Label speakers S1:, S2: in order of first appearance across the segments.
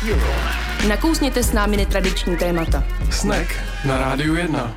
S1: Nakousněte s námi netradiční témata.
S2: Snack na Rádiu 1.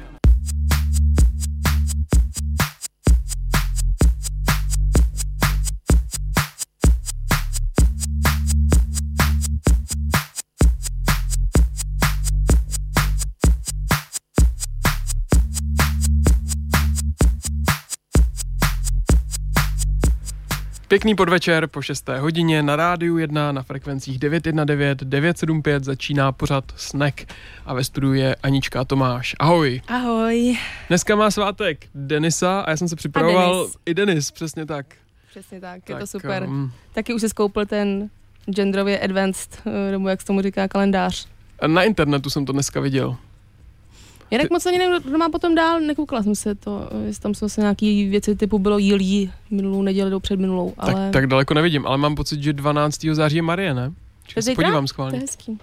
S2: Pěkný podvečer po 6. hodině na Rádiu 1 na frekvencích 919, 975 začíná pořad Snack a ve studiu je Anička a Tomáš. Ahoj.
S1: Ahoj.
S2: Dneska má svátek Denisa a já jsem se připravoval i Denis, přesně tak.
S1: Přesně tak, je to super. Taky už se skoupil ten genderově advanced, nebo jak se tomu říká, kalendář.
S2: Na internetu jsem to dneska viděl.
S1: Jinak moc ani nevím, kdo má potom dál, nekoukala jsem se to, jestli tam jsou se nějaký věci typu bylo jílí minulou neděli do předminulou, ale...
S2: Tak daleko nevidím, ale mám pocit, že 12. září je Marie, ne? Čekaj, se podívám schválně.
S1: To je hezký.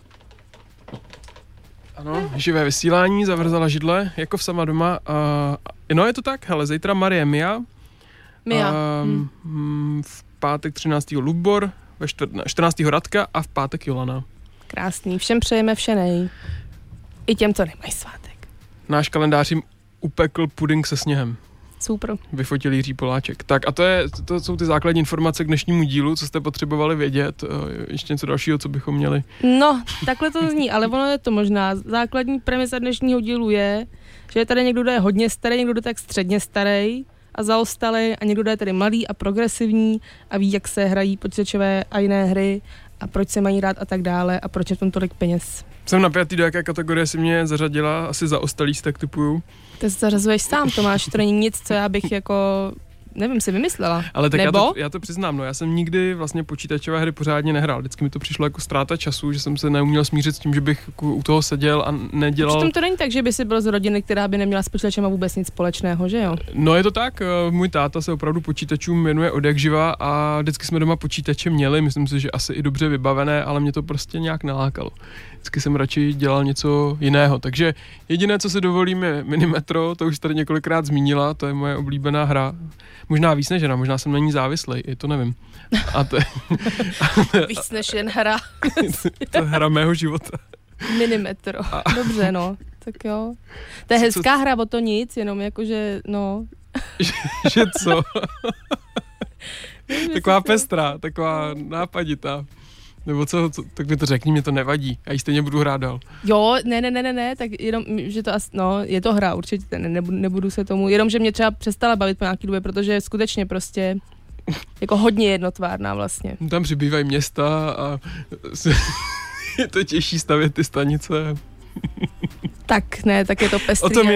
S2: Ano, živé vysílání, zavrzala židle, jako v sama doma. No je to tak, hele, zítra Marie Mia. V pátek 13. Lubor, ve 14. Radka a v pátek Jolana.
S1: Krásný, všem přejeme vše nej. I těm, co nemají svátek.
S2: Náš kalendář jim upekl puding se sněhem.
S1: Super.
S2: Vyfotil Jiří Poláček. Tak a to jsou ty základní informace k dnešnímu dílu, co jste potřebovali vědět. Ještě něco dalšího, co bychom měli?
S1: No, takhle to zní, ale ono je to možná. Základní premisa dnešního dílu je, že je tady někdo, kdo je hodně starý, někdo, kdo je tak středně starý a zaostalý a někdo, kdo je tady malý a progresivní a ví, jak se hrají počítačové a jiné hry a proč se mají rád a tak dále a proč je v tom tolik peněz.
S2: Jsem napjatý, do jaké kategorie si mě zařadila, asi zaostalý, tak typuju.
S1: To se zařazuješ sám, Tomáš, to není nic, co já bych jako, nevím, si vymyslela.
S2: Ale tak já to přiznám, no, já jsem nikdy vlastně počítačové hry pořádně nehrál. Vždycky mi to přišlo jako ztráta času, že jsem se neuměl smířit s tím, že bych u toho seděl a nedělal...
S1: Přitom to není tak, že by si byl z rodiny, která by neměla s počítačem vůbec nic společného, že jo?
S2: No je to tak, můj táta se opravdu počítačům věnuje odjakživa a vždycky jsme doma počítače měli, myslím si, že asi i dobře vybavené, ale mě to prostě nějak nelákalo. Vždycky jsem radši dělal něco jiného, takže jediné, co si dovolím, je Minimetro, to už tady několikrát zmínila, to je moje oblíbená hra. Možná víc než hra, možná jsem na ní závislej, i to nevím. A to je...
S1: Víc než jen hra.
S2: To je hra mého života.
S1: Minimetro, dobře no, tak jo. To je hezká hra, o to nic, jenom jakože, no.
S2: Že co? Taková pestrá, taková nápaditá. Nebo co, tak mi to řekni, mě to nevadí, já ji stejně budu hrát dál.
S1: Jo, ne, tak jenom, že to asi, no, je to hra, určitě, nebudu se tomu, jenom, že mě třeba přestala bavit po nějaký době, protože je skutečně prostě jako hodně jednotvárná vlastně.
S2: Tam přibývají města a je to těžší stavět ty stanice.
S1: Tak ne, tak je to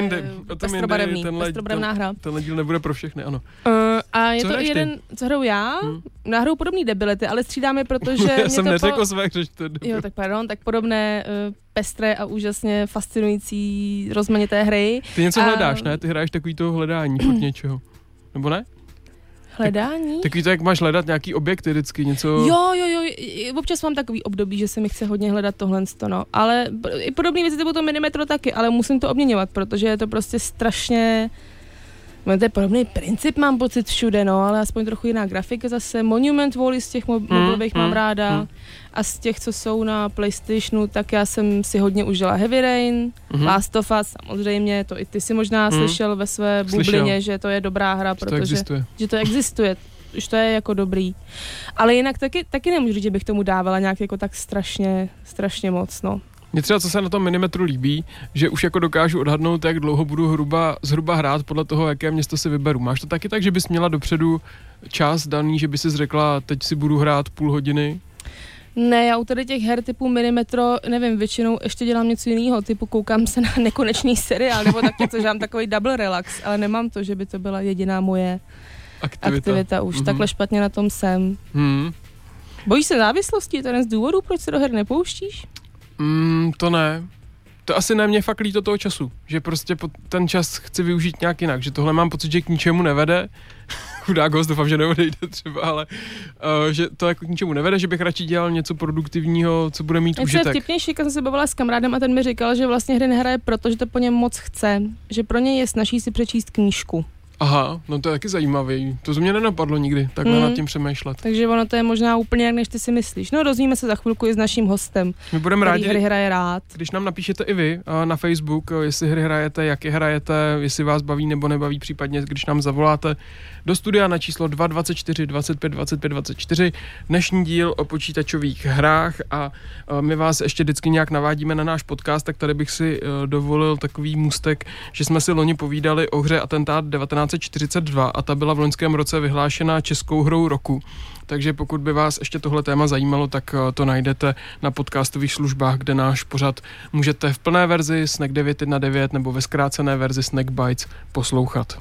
S1: pestrobarevná hra.
S2: Tenhle díl nebude pro všechny, ano.
S1: A je to jeden, co hraju já? Nahraju podobný debility, ale střídáme, protože...
S2: Já jsem neřekl své, že to je debil.
S1: Jo, tak pardon, tak podobné pestré a úžasně fascinující rozmanité hry.
S2: Ty něco hledáš, ne? Ty hraješ takový toho hledání furt něčeho. Nebo ne?
S1: Hledání?
S2: Takový to, jak máš hledat nějaký objekty vždycky, něco...
S1: Jo, občas mám takový období, že se mi chce hodně hledat tohle, no. Ale i podobné věci typu to Minimetro taky, ale musím to obměňovat, protože je to prostě strašně... To je podobný princip, mám pocit všude, no, ale aspoň trochu jiná grafika zase. Monument Valley z těch mobilových mám ráda a z těch, co jsou na PlayStationu, tak já jsem si hodně užila Heavy Rain, Last of Us, samozřejmě, to i ty si možná slyšel ve své bublině, že to je dobrá hra, protože že to existuje, už to je jako dobrý. Ale jinak taky nemůžu říct, že bych tomu dávala nějak jako tak strašně moc, no.
S2: Mně třeba, co se na tom Minimetru líbí, že už jako dokážu odhadnout, jak dlouho budu zhruba hrát podle toho, jaké město si vyberu. Máš to taky tak, že bys měla dopředu čas daný, že bys si řekla, teď si budu hrát půl hodiny?
S1: Ne, já u tady těch her typu Minimetro, nevím, většinou ještě dělám něco jiného, typu koukám se na nekonečný seriál, nebo tak něco, že mám takový double relax, ale nemám to, že by to byla jediná moje aktivita už. Takhle špatně na tom jsem. Bojíš se závislosti? Je to jeden z důvodů, proč se do her nepouštíš?
S2: To ne. To asi ne, mě fakt líto toho času, že prostě ten čas chci využít nějak jinak, že tohle mám pocit, že k ničemu nevede. Chudák host, doufám, že neodejde třeba, ale že to jako k ničemu nevede, že bych radši dělal něco produktivního, co bude mít užitek.
S1: To je vtipnější, když jsem se bavila s kamarádem a ten mi říkal, že vlastně hry nehraje, protože to po něm moc chce, že pro něj je snaží si přečíst knížku.
S2: Aha, no to je taky zajímavý. To mě nenapadlo nikdy, takhle nad tím přemýšlet.
S1: Takže ono to je možná úplně jak než ty si myslíš. No dozvíme se za chvilku i s naším hostem,
S2: My budeme rádi,
S1: hry hraje rád.
S2: když nám napíšete i vy na Facebook, jestli hry hrajete, jak je hrajete, jestli vás baví nebo nebaví, případně když nám zavoláte do studia na číslo 224 25 25 24. Dnešní díl o počítačových hrách a my vás ještě vždycky nějak navádíme na náš podcast, tak tady bych si dovolil takový můstek, že jsme si loni povídali o hře Atentát 1942 a ta byla v loňském roce vyhlášena českou hrou roku. Takže pokud by vás ještě tohle téma zajímalo, tak to najdete na podcastových službách, kde náš pořad můžete v plné verzi Snack 919 nebo ve zkrácené verzi Snack Bites poslouchat.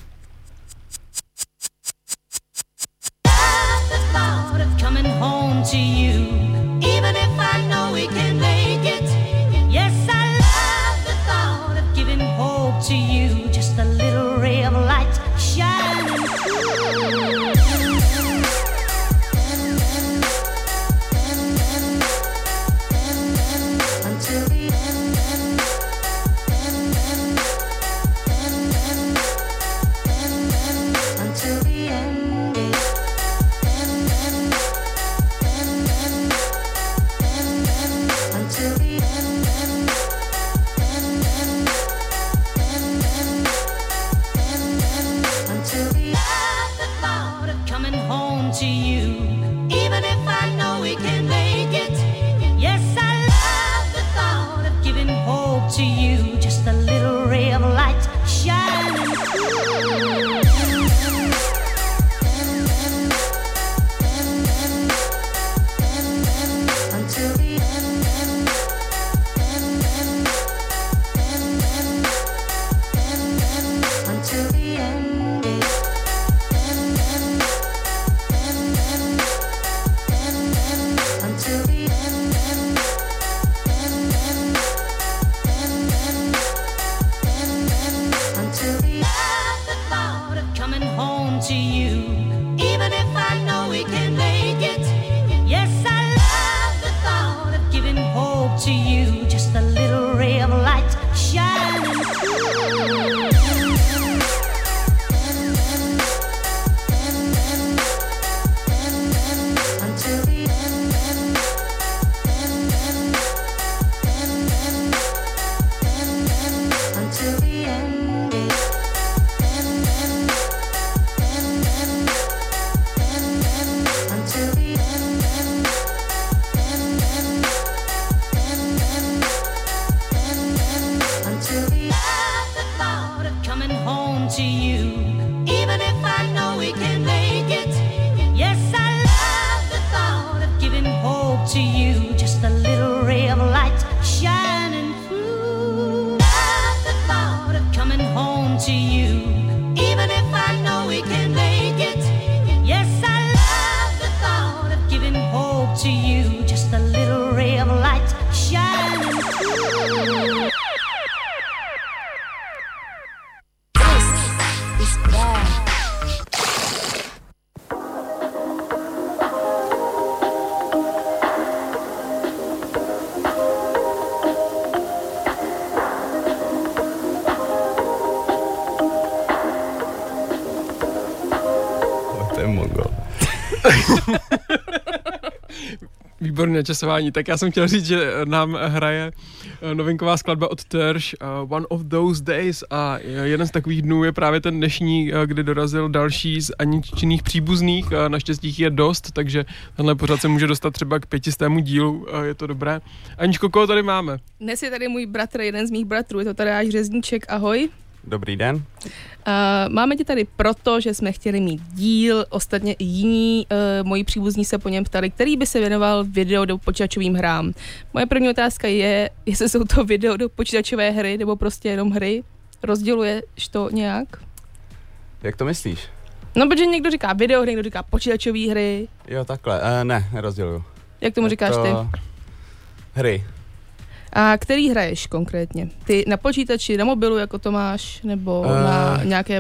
S2: Výborné časování. Tak já jsem chtěl říct, že nám hraje novinková skladba od Terš, One of Those Days, a jeden z takových dnů je právě ten dnešní, kdy dorazil další z Aniččiných příbuzných. Naštěstí je dost, takže tenhle pořad se může dostat třeba k 500. dílu, je to dobré. Aničko, koho tady máme?
S1: Dnes je tady můj bratr, jeden z mých bratrů, je to Tadeáš Řezníček, ahoj.
S3: Dobrý den.
S1: Máme tě tady proto, že jsme chtěli mít díl, ostatně i jiní moji příbuzní se po něm ptali, který by se věnoval video do počítačovým hrám. Moje první otázka je, jestli jsou to video do počítačové hry, nebo prostě jenom hry. Rozděluješ to nějak?
S3: Jak to myslíš?
S1: No, protože někdo říká videohry, někdo říká počítačové hry.
S3: Jo, takhle. Ne, nerozděluju.
S1: Jak tomu říkáš ty?
S3: Hry.
S1: A který hraješ konkrétně? Ty na počítači, na mobilu, jako to máš, nebo na nějaké,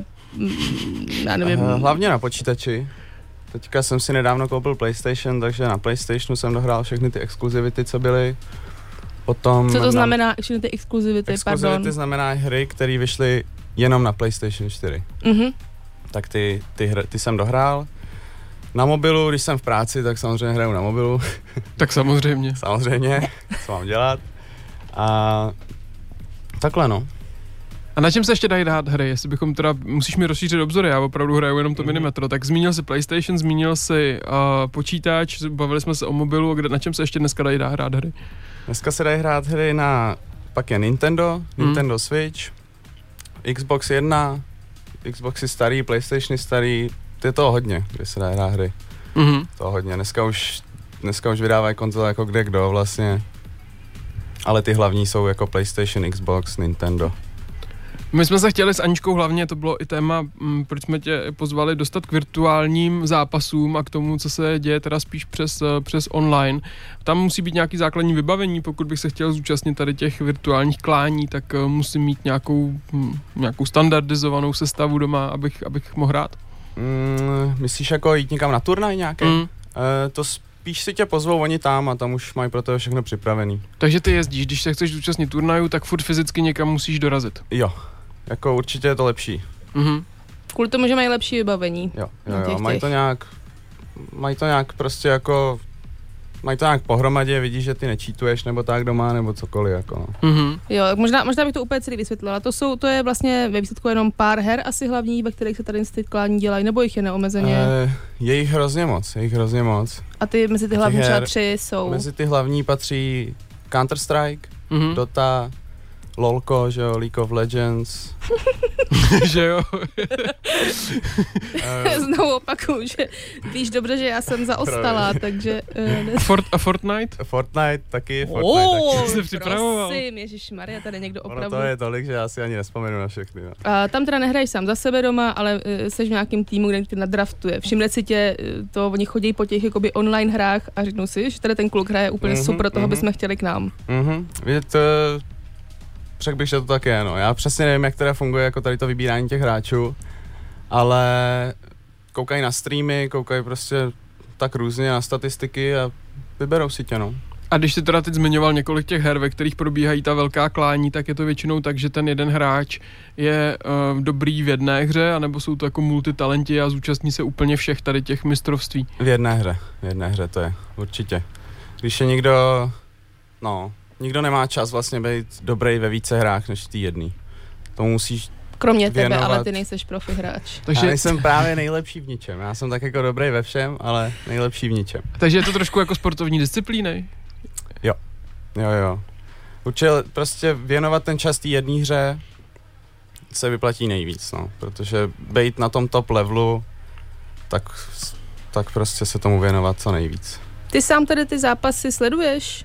S1: já nevím.
S3: Hlavně na počítači. Teďka jsem si nedávno koupil PlayStation, takže na PlayStationu jsem dohrál všechny ty exkluzivity, co byly. Potom
S1: co to znamená všechny ty exkluzivity,
S3: Exkluzivity znamená hry, které vyšly jenom na PlayStation 4. tak ty jsem dohrál. Na mobilu, když jsem v práci, tak samozřejmě hraju na mobilu.
S2: Tak samozřejmě.
S3: Samozřejmě, co mám dělat. A takhle no.
S2: A na čem se ještě dají dát hry? Jestli bychom teda, musíš mi rozšířit obzory, já opravdu hraju jenom to Minimetro. Tak zmínil jsi PlayStation, zmínil jsi počítač, bavili jsme se o mobilu, na čem se ještě dneska dají hrát hry?
S3: Dneska se dají hrát hry pak je Nintendo Switch, Xbox 1, Xboxy starý, PlayStationy starý, je toho hodně, kde se dají hrát hry. To hodně, dneska už vydávají konzole jako kde kdo vlastně, ale ty hlavní jsou jako PlayStation, Xbox, Nintendo.
S2: My jsme se chtěli s Aničkou hlavně, to bylo i téma, proč jsme tě pozvali dostat k virtuálním zápasům a k tomu, co se děje teda spíš přes online. Tam musí být nějaký základní vybavení, pokud bych se chtěl zúčastnit tady těch virtuálních klání, tak musím mít nějakou standardizovanou sestavu doma, abych mohl hrát.
S3: Myslíš jako jít někam na turnaj nějaký? To spíš si tě pozvou oni tam a tam už mají pro to všechno připravený.
S2: Takže ty jezdíš, když se chceš zúčastnit turnaju, tak furt fyzicky někam musíš dorazit.
S3: Jo, jako určitě je to lepší.
S1: Kvůli tomu, že mají lepší vybavení.
S3: Jo, mají to nějak prostě jako, mají to nějak pohromadě, vidíš, že ty nečítuješ nebo tak doma, nebo cokoliv jako no.
S1: Jo, možná bych to úplně celý vysvětlila. To je vlastně ve výsledku jenom pár her asi hlavní, ve kterých se tady ty klání dělají, nebo jich je neomezeně?
S3: Je jich hrozně moc.
S1: A ty mezi ty hlavní třeba 3 jsou?
S3: Mezi ty hlavní patří Counter-Strike, Dota, LOLko, že jo, League of Legends.
S2: Že jo.
S1: Znovu opakuju, že víš dobře, že já jsem zaostala, takže...
S2: A Fortnite?
S3: Fortnite taky.
S2: Jsi připravoval.
S1: Prosím, ježišmarja, tady někdo opravdu...
S3: Ono to je tolik, že já si ani nespomenu na všechny. No.
S1: Tam teda nehraješ sám za sebe doma, ale jsi v nějakém týmu, kde tě nadraftuje. Všimne si tě, oni chodí po těch jakoby online hrách a řeknou si, že tady ten kluk hraje úplně super, toho bychom chtěli k nám.
S3: Řekl bych, že to tak je, no. Já přesně nevím, jak teda funguje jako tady to vybírání těch hráčů, ale koukají na streamy, koukají prostě tak různě na statistiky a vyberou si tě, no.
S2: A když jsi teda teď zmiňoval několik těch her, ve kterých probíhají ta velká klání, tak je to většinou tak, že ten jeden hráč je dobrý v jedné hře, anebo jsou to jako multitalenti a zúčastní se úplně všech tady těch mistrovství?
S3: V jedné hře to je, určitě. Když je nikdo nemá čas vlastně být dobrý ve více hrách než v té jedný. To musíš
S1: kromě
S3: věnovat.
S1: tebe, ale ty nejseš profi hráč.
S3: Takže... Já nejsem právě nejlepší v ničem. Já jsem tak jako dobrý ve všem, ale nejlepší v ničem.
S2: Takže je to trošku jako sportovní disciplíny?
S3: Jo. Určitě prostě věnovat ten čas té jedné hře se vyplatí nejvíc, no. Protože být na tom top levelu, tak prostě se tomu věnovat co nejvíc.
S1: Ty sám tady ty zápasy sleduješ?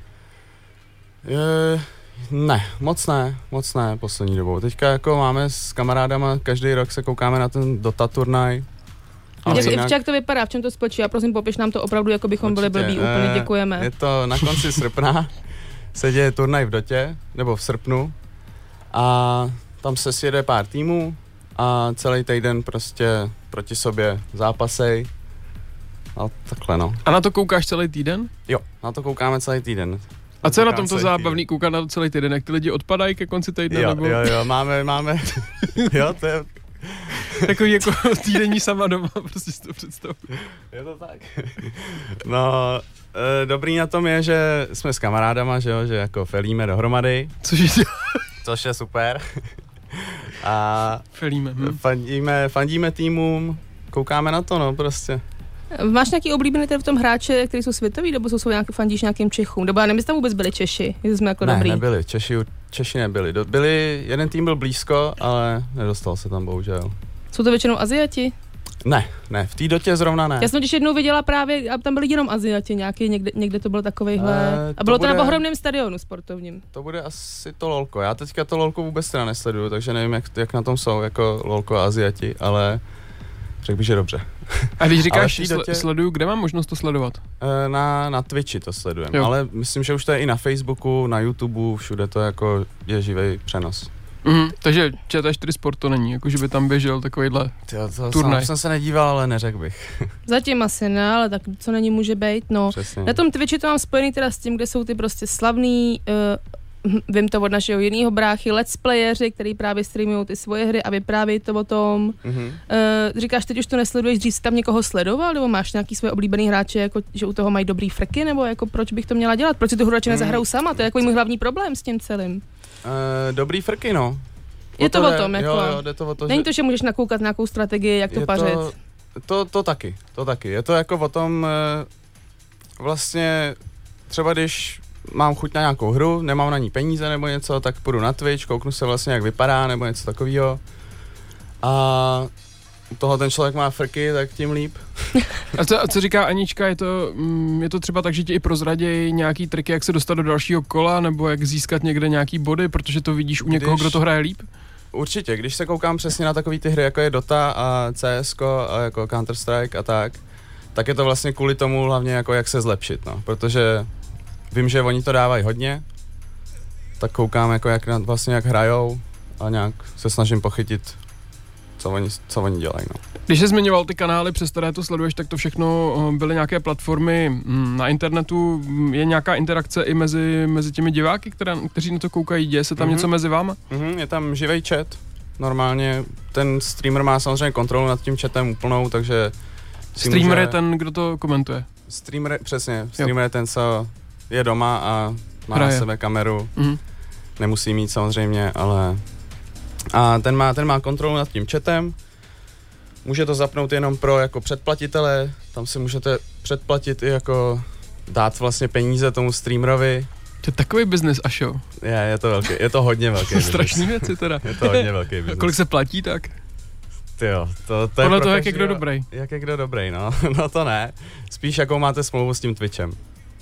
S3: Ne, moc ne poslední dobou. Teďka jako máme s kamarádama, každý rok se koukáme na ten Dota turnaj.
S1: Jak to vypadá, v čem to spočívá? Prosím, popiš nám to opravdu, jako bychom byli blbí, úplně děkujeme.
S3: Je to na konci srpna, se děje turnaj v Dotě, nebo v srpnu a tam se sjede pár týmů a celý týden prostě proti sobě zápasej a takhle no.
S2: A na to koukáš celý týden?
S3: Jo, na to koukáme celý týden.
S2: A co je na tomto zábavný koukat na to celý týden? Jak ty lidi odpadají ke konci týdne?
S3: Jo,
S2: nebo...
S3: jo, máme, jo, to je...
S2: Takový jako týdenní sama doma, prostě si to představuji.
S3: Je to tak. No, dobrý na tom je, že jsme s kamarádama, že jo, že jako felíme dohromady. Což je super. A
S2: felíme.
S3: Fandíme týmům, koukáme na to, no, prostě.
S1: Máš nějaký oblíbený v tom hráče, který jsou světoví, nebo fandíš nějakým Čechům? Nebo já nevím, jestli tam vůbec byli Češi, jestli jsme jako dobrý.
S3: Ne, nebyli, Češi nebyli. Jeden tým byl blízko, ale nedostal se tam bohužel.
S1: Jsou to většinou Aziati?
S3: Ne, v té Dotě zrovna ne.
S1: Já jsem když jednou viděla právě, a tam byli jenom Aziati nějaký, někde to bylo takovejhle. A bylo to na ohromném stadionu sportovním.
S3: To bude asi to LOLko. Já teďka to LOLko vůbec teda nesleduju, takže nevím, jak na tom jsou jako LOLko a Aziati, ale řekl bych, že dobře.
S2: A když říkáš, sleduju, kde mám možnost to sledovat?
S3: Na Twitchi to sledujeme, ale myslím, že už to je i na Facebooku, na YouTube, všude to jako je živý přenos.
S2: Takže ČT4 Sport to není, jako že by tam běžel takovýhle turnaj.
S3: Jsem se nedíval, ale neřekl bych.
S1: Zatím asi ne, ale tak co není může být, no.
S3: Přesně.
S1: Na tom Twitchi to mám spojený teda s tím, kde jsou ty prostě slavný vím to od našeho jiného bráchy, let's playeři, který právě streamují ty svoje hry a vyprávějí to o tom. Říkáš, teď už to nesleduješ, dřív jsi tam někoho sledoval, nebo máš nějaký svoje oblíbený hráče, jako, že u toho mají dobrý frky, nebo jako proč bych to měla dělat? Proč si tu hru radši nezahraju sama? To je jako můj hlavní problém s tím celým.
S3: Dobrý frky, no.
S1: Je to o tom, jako.
S3: Jo, jde to o to,
S1: není to, že můžeš nakoukat nějakou strategii, jak to pařit.
S3: To taky. Je to jako o tom, vlastně třeba když mám chuť na nějakou hru, nemám na ní peníze nebo něco, tak půjdu na Twitch, kouknu se vlastně, jak vypadá nebo něco takového. A u toho ten člověk má frky, tak tím líp.
S2: A co říká Anička, je to třeba tak, že ti i prozradějí nějaký triky, jak se dostat do dalšího kola, nebo jak získat někde nějaký body, protože to vidíš u někoho, kdo to hraje líp?
S3: Určitě, když se koukám přesně na takové ty hry, jako je Dota a CSko a jako Counter-Strike a tak je to vlastně kvůli tomu hlavně jako jak se zlepšit, no, protože vím, že oni to dávají hodně, tak koukám jako jak hrajou a nějak se snažím pochytit, co oni dělají, no.
S2: Když jsi zmiňoval ty kanály, přes které to sleduješ, tak to všechno byly nějaké platformy na internetu. Je nějaká interakce i mezi těmi diváky, kteří na to koukají? Děje se tam něco mezi váma? Je tam živej chat. Normálně ten streamer má samozřejmě kontrolu nad tím chatem úplnou, takže... Streamer je ten, kdo to komentuje?
S3: Přesně. Streamer je ten, co je doma a má na sebe kameru. Nemusí mít samozřejmě, ale... A ten má kontrolu nad tím chatem. Může to zapnout jenom pro jako předplatitele, tam si můžete předplatit i jako dát vlastně peníze tomu streamerovi.
S2: To je takový biznis, Ašo.
S3: Je to hodně velký biznis.
S2: Strašný věci teda.
S3: Je to hodně velký biznis.
S2: A kolik se platí tak?
S3: Tyjo, to je
S2: podle toho, jak je kdo dobrý.
S3: Jak je kdo dobrý, no. No to ne. Spíš jakou máte smlouvu s tím Twitchem.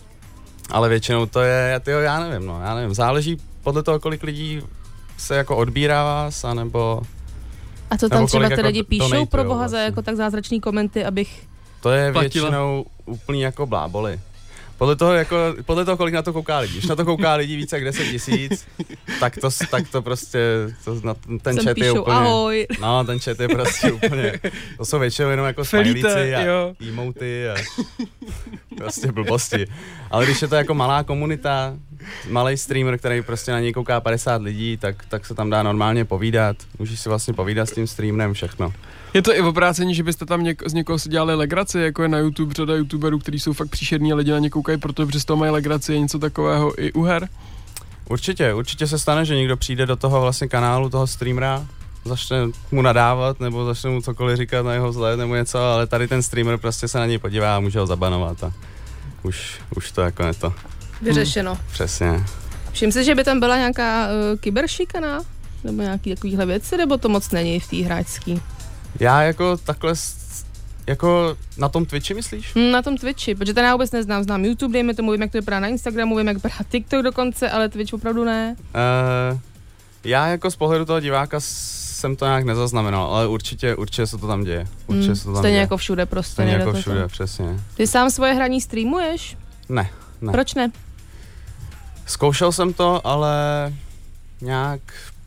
S3: Ale většinou to je, já nevím. Záleží podle toho, kolik lidí se jako odbírá vás, anebo...
S1: A co tam třeba ty
S3: jako
S1: lidi píšou pro boha
S3: vlastně.
S1: za jako tak zázračný komenty, abych...
S3: To je
S2: platila.
S3: Většinou úplný jako bláboli. Podle toho, kolik na to kouká lidí. Když na to kouká lidí více jak 10 000, tak to prostě, ten
S1: sem
S3: chat
S1: píšou,
S3: je úplně...
S1: ahoj.
S3: No, ten chat je prostě úplně... To jsou většinou jenom jako smajlíci a emoty a prostě blbosti. Ale když je to jako malá komunita, malý streamer, který prostě na něj kouká 50 lidí, tak se tam dá normálně povídat. Můžeš si vlastně povídat s tím streamerem všechno.
S2: Je to i v obrácení, že byste tam z někoho si dělali legraci, jako je na YouTube řada youtuberů, kteří jsou fakt příšerní a lidi na ně koukají, protože z toho mají legraci, je něco takového i u her?
S3: Určitě se stane, že někdo přijde do toho vlastně kanálu toho streamera, začne mu nadávat nebo začne mu cokoliv říkat na jeho zlé nebo něco, ale tady ten streamer prostě se na něj podívá a může ho zabanovat a už to jako je to.
S1: Vyřešeno.
S3: Přesně.
S1: Všim si, že by tam byla nějaká kyberšikana? Nebo nějaký takovýhle věci, nebo to moc není v té hráčský?
S3: Já jako takhle, jako na tom Twitchi myslíš?
S1: Na tom Twitchi, protože ten já vůbec neznám. Znám YouTube, dejme tomu, vím, jak to vypadá na Instagramu, vím, jak vypadá TikTok dokonce, ale Twitch opravdu ne.
S3: Já jako z pohledu toho diváka jsem to nějak nezaznamenal, ale určitě se to tam děje.
S1: Stejně jako všude prostě.
S3: Stejně jako všude, přesně.
S1: Ty sám svoje hraní streamuješ?
S3: Ne.
S1: Proč ne?
S3: Zkoušel jsem to, ale nějak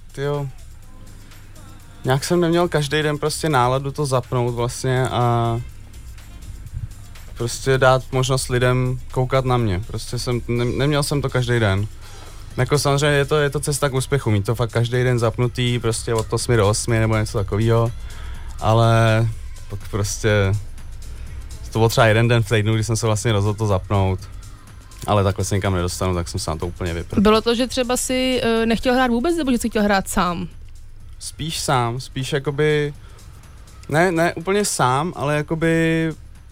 S3: jsem neměl každý den prostě náladu to zapnout vlastně a prostě dát možnost lidem koukat na mě. Prostě neměl jsem to každý den. Jako samozřejmě je to cesta k úspěchu, mít to fakt každý den zapnutý, prostě od 8 do 8 nebo něco takového, ale pak prostě to bylo třeba jeden den v týdnu, kdy jsem se vlastně rozhodl to zapnout. Ale takhle se nikam nedostanu, tak jsem se na to úplně vyprdl.
S1: Bylo to, že třeba si nechtěl hrát vůbec, nebo že jsi chtěl hrát sám?
S3: Spíš jakoby, ne úplně sám, ale jakoby,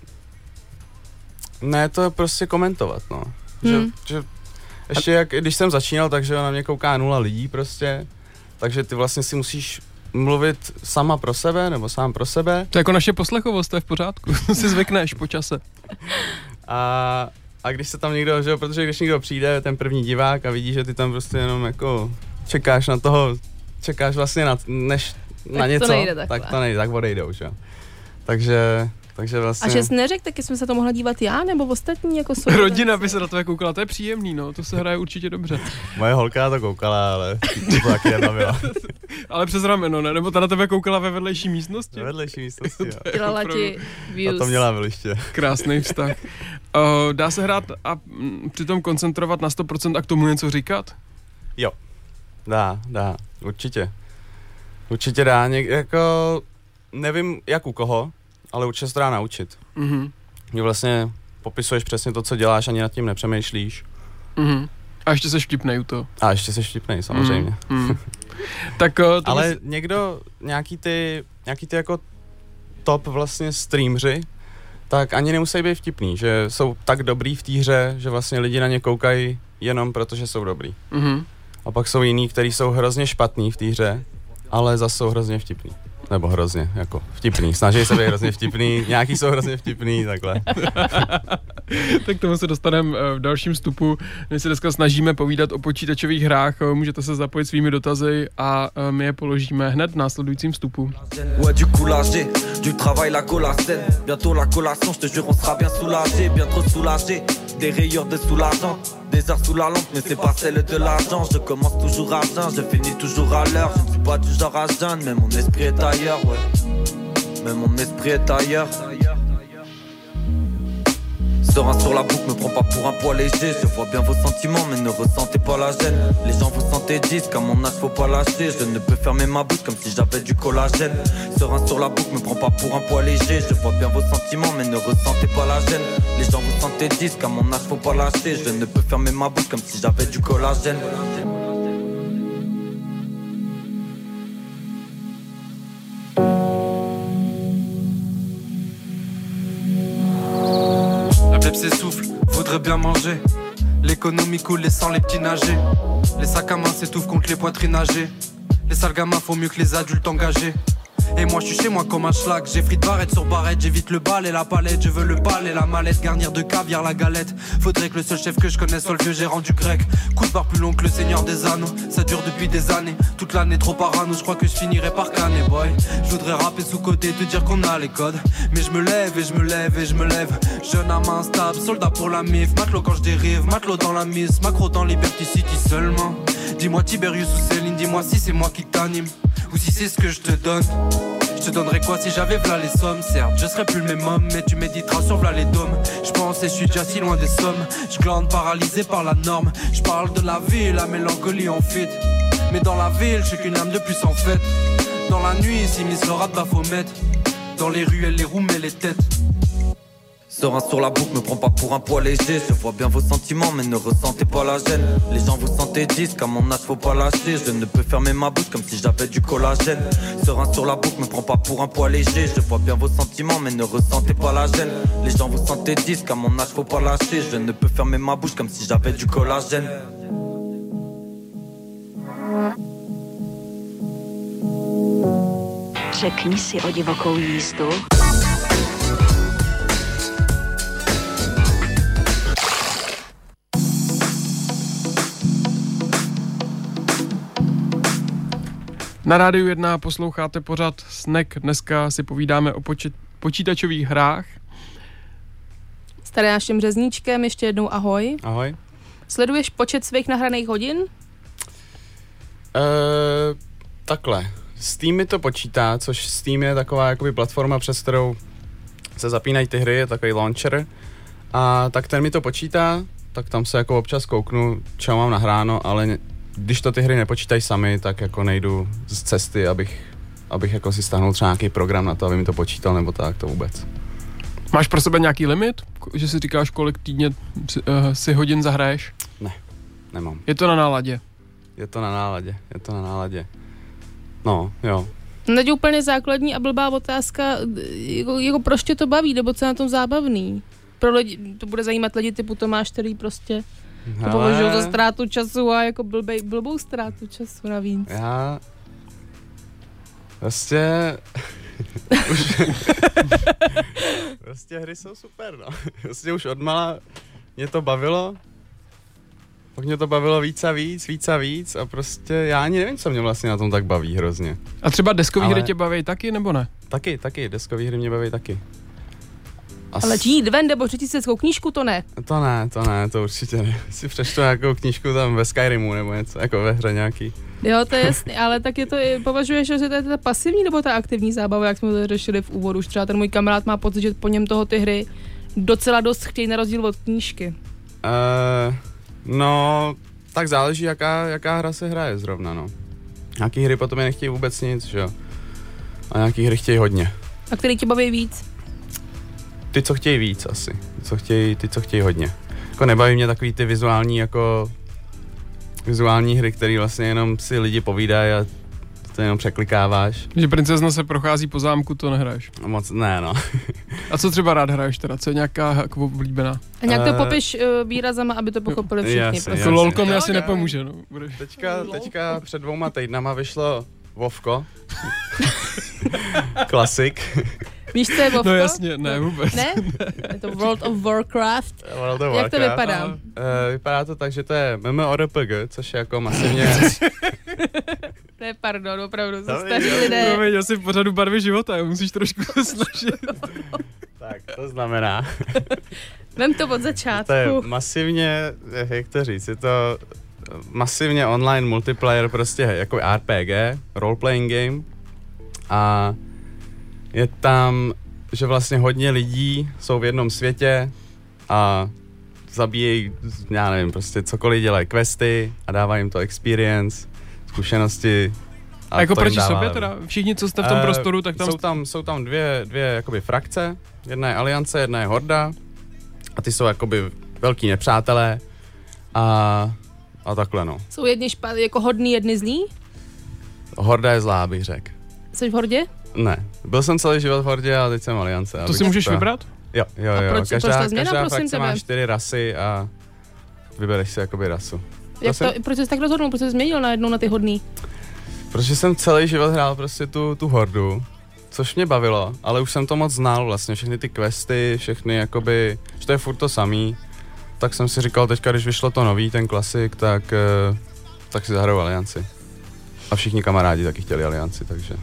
S3: ne to prostě komentovat, no. Že ještě když jsem začínal, takže na mě kouká 0 lidí prostě, takže ty vlastně si musíš mluvit sama pro sebe, nebo sám pro sebe.
S2: To je jako naše poslechovost, to je v pořádku, si zvykneš po čase.
S3: A když se tam někdo, že protože když někdo přijde, ten první divák a vidí, že ty tam prostě jenom jako čekáš vlastně na něco, tak to nejde, tak odejdou, že jo. Takže vlastně...
S1: A že jsi neřekl, taky jsme se to mohla dívat já, nebo ostatní jako jsou.
S2: Rodina by se na tebe koukala, to je příjemný, no, to se hraje určitě dobře.
S3: Moje holka to koukala, ale to taky nebavila.
S2: Ale přes rameno, ne? Nebo ta na tebe koukala ve vedlejší místnosti?
S3: Ve vedlejší místnosti, jo.
S1: Dělala ti views.
S3: A to měla viliště.
S2: Krásný vztah. Dá se hrát a přitom koncentrovat na 100% a k tomu něco říkat?
S3: Jo, dá, určitě. Určitě dá, jako nevím jak u koho, ale určitě se to dá naučit. Kdy vlastně popisuješ přesně to, co děláš, ani nad tím nepřemýšlíš.
S2: A ještě seš vtipnej u toho.
S3: A ještě seš vtipnej, samozřejmě.
S2: Tak,
S3: ale někdo, nějaký ty jako top vlastně streameři, tak ani nemusí být vtipný, že jsou tak dobrý v té hře, že vlastně lidi na ně koukají jenom protože jsou dobrý. A pak jsou jiní, kteří jsou hrozně špatný v té hře, ale zase jsou hrozně vtipný. Nebo hrozně, jako vtipný. Snaží se být hrozně vtipný, nějaký jsou hrozně vtipný, takhle.
S2: Tak tomu se dostaneme v dalším vstupu. My se dneska snažíme povídat o počítačových hrách, můžete se zapojit svými dotazy a my je položíme hned v následujícím vstupu. Du travail, la cola saine. Bientôt la collation, je te jure, on sera bien soulagé, bien trop soulagé. Des rayures de soulageant, des heures sous la lampe, mais c'est pas celle de l'argent. Je commence toujours à jeun, je finis toujours à l'heure. Je ne suis pas du genre à jeune, mais mon esprit est ailleurs, ouais. Mais mon esprit est ailleurs. Serein sur la boucle, me prends pas pour un poids léger. Je vois bien vos sentiments, mais ne ressentez pas la gêne. Les gens vous sentez 10, qu'à mon âge faut pas lâcher. Je ne peux fermer ma bouche comme si j'avais du collagène. Serein sur la boucle, me prends pas pour un poids léger. Je vois bien vos sentiments, mais ne ressentez pas la gêne. Les gens vous sentez 10, qu'à mon âge faut pas lâcher. Je ne peux fermer ma bouche comme si j'avais du collagène. S'essouffle, faudrait bien manger. L'économie coule, laissant les petits nager. Les sacs à main s'étouffent contre les poitrines âgées. Les sales gamins font mieux que les adultes engagés. Et moi je suis chez moi comme un schlag. J'ai frites barrette sur barrette, j'évite le bal et la palette. Je veux le bal et la mallette, garnir de caviar la galette. Faudrait que le seul chef que je connaisse soit le vieux gérant du grec. Coup de barre plus long que le seigneur des anneaux. Ça dure depuis des années, toute l'année trop parano. Je crois que je finirai par canner boy. Je voudrais rapper sous-côté, te dire qu'on a les codes. Mais je me lève et je me lève et je me lève. Jeune âme instable, soldat pour la mif. Matelot quand je dérive, matelot dans la mise. Macro dans Liberty City seulement. Dis-moi Tiberius ou Céline, dis-moi si c'est moi qui t'anime ou si c'est ce que je te donne. Je te donnerais quoi si j'avais v'là les sommes. Certes, je serais plus le même homme, mais tu méditeras sur v'là les dômes. Je pense et je suis déjà si loin des sommes. Je glande paralysé par la norme. Je parle de la vie, la mélancolie en fit. Mais dans la ville, je suis qu'une âme de plus en fait. Dans la nuit, si Miss Laura de Baphomet. Dans les ruelles, les roues, mais les têtes. Serein sur la boucle, me prends pas pour un poids léger. Je vois bien vos sentiments, mais ne ressentez pas la gêne. Les gens vous sentez 10, qu'à mon âge faut pas lâcher. Je ne peux fermer ma bouche comme si j'avais du collagène. Serein sur la boucle, me prends pas pour un poids léger. Je vois bien vos sentiments, mais ne ressentez pas la gêne. Les gens vous sentez 10, qu'à mon âge faut pas lâcher. Je ne peux fermer ma bouche comme si j'avais du collagène.
S4: Řekni si o divokou jízdu.
S2: Na Rádiu 1 posloucháte pořad Snack. Dneska si povídáme o počítačových hrách.
S1: S Tadeášem Řezníčkem ještě jednou ahoj.
S3: Ahoj.
S1: Sleduješ počet svých nahraných hodin?
S3: Takhle. Steam mi to počítá, což Steam je taková jakoby platforma, přes kterou se zapínají ty hry, je takový launcher. A tak ten mi to počítá, tak tam se jako občas kouknu, čo mám nahráno, ale když to ty hry nepočítají sami, tak jako nejdu z cesty, abych jako si stáhnul třeba nějaký program na to, aby mi to počítal, nebo tak, to vůbec.
S2: Máš pro sebe nějaký limit? Že si říkáš, kolik týdně si hodin zahraješ?
S3: Ne, nemám.
S2: Je to na náladě?
S3: Je to na náladě. No, jo.
S1: Teď úplně základní a blbá otázka, jako proč tě to baví, nebo co je na tom zábavný? Pro lidi, to bude zajímat lidi typu Tomáš, který prostě to považují za ztrátu času a jako blbou ztrátu času navíc.
S3: Já prostě prostě hry jsou super, no. Prostě už odmala mě to bavilo, pak mě to bavilo víc a víc a prostě já ani nevím, co mě vlastně na tom tak baví hrozně.
S2: A třeba deskový hry tě baví taky, nebo ne?
S3: Taky, deskový hry mě baví taky.
S1: Ale jít ven nebo přečíst si knížku, to ne?
S3: To určitě ne. Si přečtu nějakou knížku tam ve Skyrimu nebo něco, jako ve hře nějaký.
S1: Jo, to je jasný, ale tak je to, považuješ, že to je ta pasivní nebo ta aktivní zábava, jak jsme to řešili v úvodu. Už třeba ten můj kamarád má pocit, že po něm toho ty hry docela dost chtějí na rozdíl od knížky.
S3: No, Tak záleží, jaká hra se hraje zrovna, no. Nějaký hry potom je nechtějí vůbec nic, že jo. A nějaký hry chtějí hodně.
S1: A který tě baví víc?
S3: Ty, co chtějí víc asi. Ty, co chtějí hodně. Jako nebaví mě takový ty vizuální hry, které vlastně jenom si lidi povídají a to jenom překlikáváš.
S2: Že princezna se prochází po zámku, to nehraješ.
S3: Moc ne, no.
S2: A co třeba rád hraješ teda? Co je nějaká jako oblíbená?
S1: A nějak to popiš výrazama, aby to pochopili všichni.
S3: Jasně.
S2: To lolko mi asi nepomůže, no.
S3: Teďka před 2 týdnama vyšlo Vovko. Klasik.
S1: Víš, co je Vovko?
S2: No jasně, ne vůbec.
S1: Ne? Je to World of Warcraft. Jak to vypadá?
S3: Vypadá to tak, že to je MMORPG, což je jako masivně...
S1: Ne, pardon, opravdu, jsou staří lidé.
S2: No, viděl jsi v pořadu Barvy života, musíš trošku snažit.
S3: Tak, to znamená...
S1: Vem to od začátku.
S3: To je masivně, jak to říct, je to masivně online multiplayer, prostě jako RPG, role-playing game. A je tam, že vlastně hodně lidí jsou v jednom světě a zabíjejí, já nevím, prostě cokoliv, dělají questy a dávají jim to experience, zkušenosti.
S2: A jako proti sobě teda? Všichni, co jste v tom prostoru, tak tam...
S3: Jsou tam dvě jakoby frakce, jedna je aliance, jedna je horda a ty jsou jakoby velký nepřátelé a takhle, no.
S1: Jsou jedni jako hodný, jedni zlí?
S3: Horda je zlá, bych řekl.
S1: Jsi v hordě?
S3: Ne, byl jsem celý život v hordě a teď jsem aliance.
S2: To si můžeš vybrat?
S3: Jo.
S1: Každá
S3: frakce má 4 rasy a vybereš si jakoby rasu.
S1: Proč jsi tak rozhodnul, proč jsi změnil najednou na ty hodný?
S3: Protože jsem celý život hrál prostě tu hordu, což mě bavilo, ale už jsem to moc znal vlastně, všechny ty questy, všechny jakoby, že to je furt to samý, tak jsem si říkal teďka, když vyšlo to nový, ten klasik, tak si zahraju alianci. A všichni kamarádi taky chtěli alianci, takže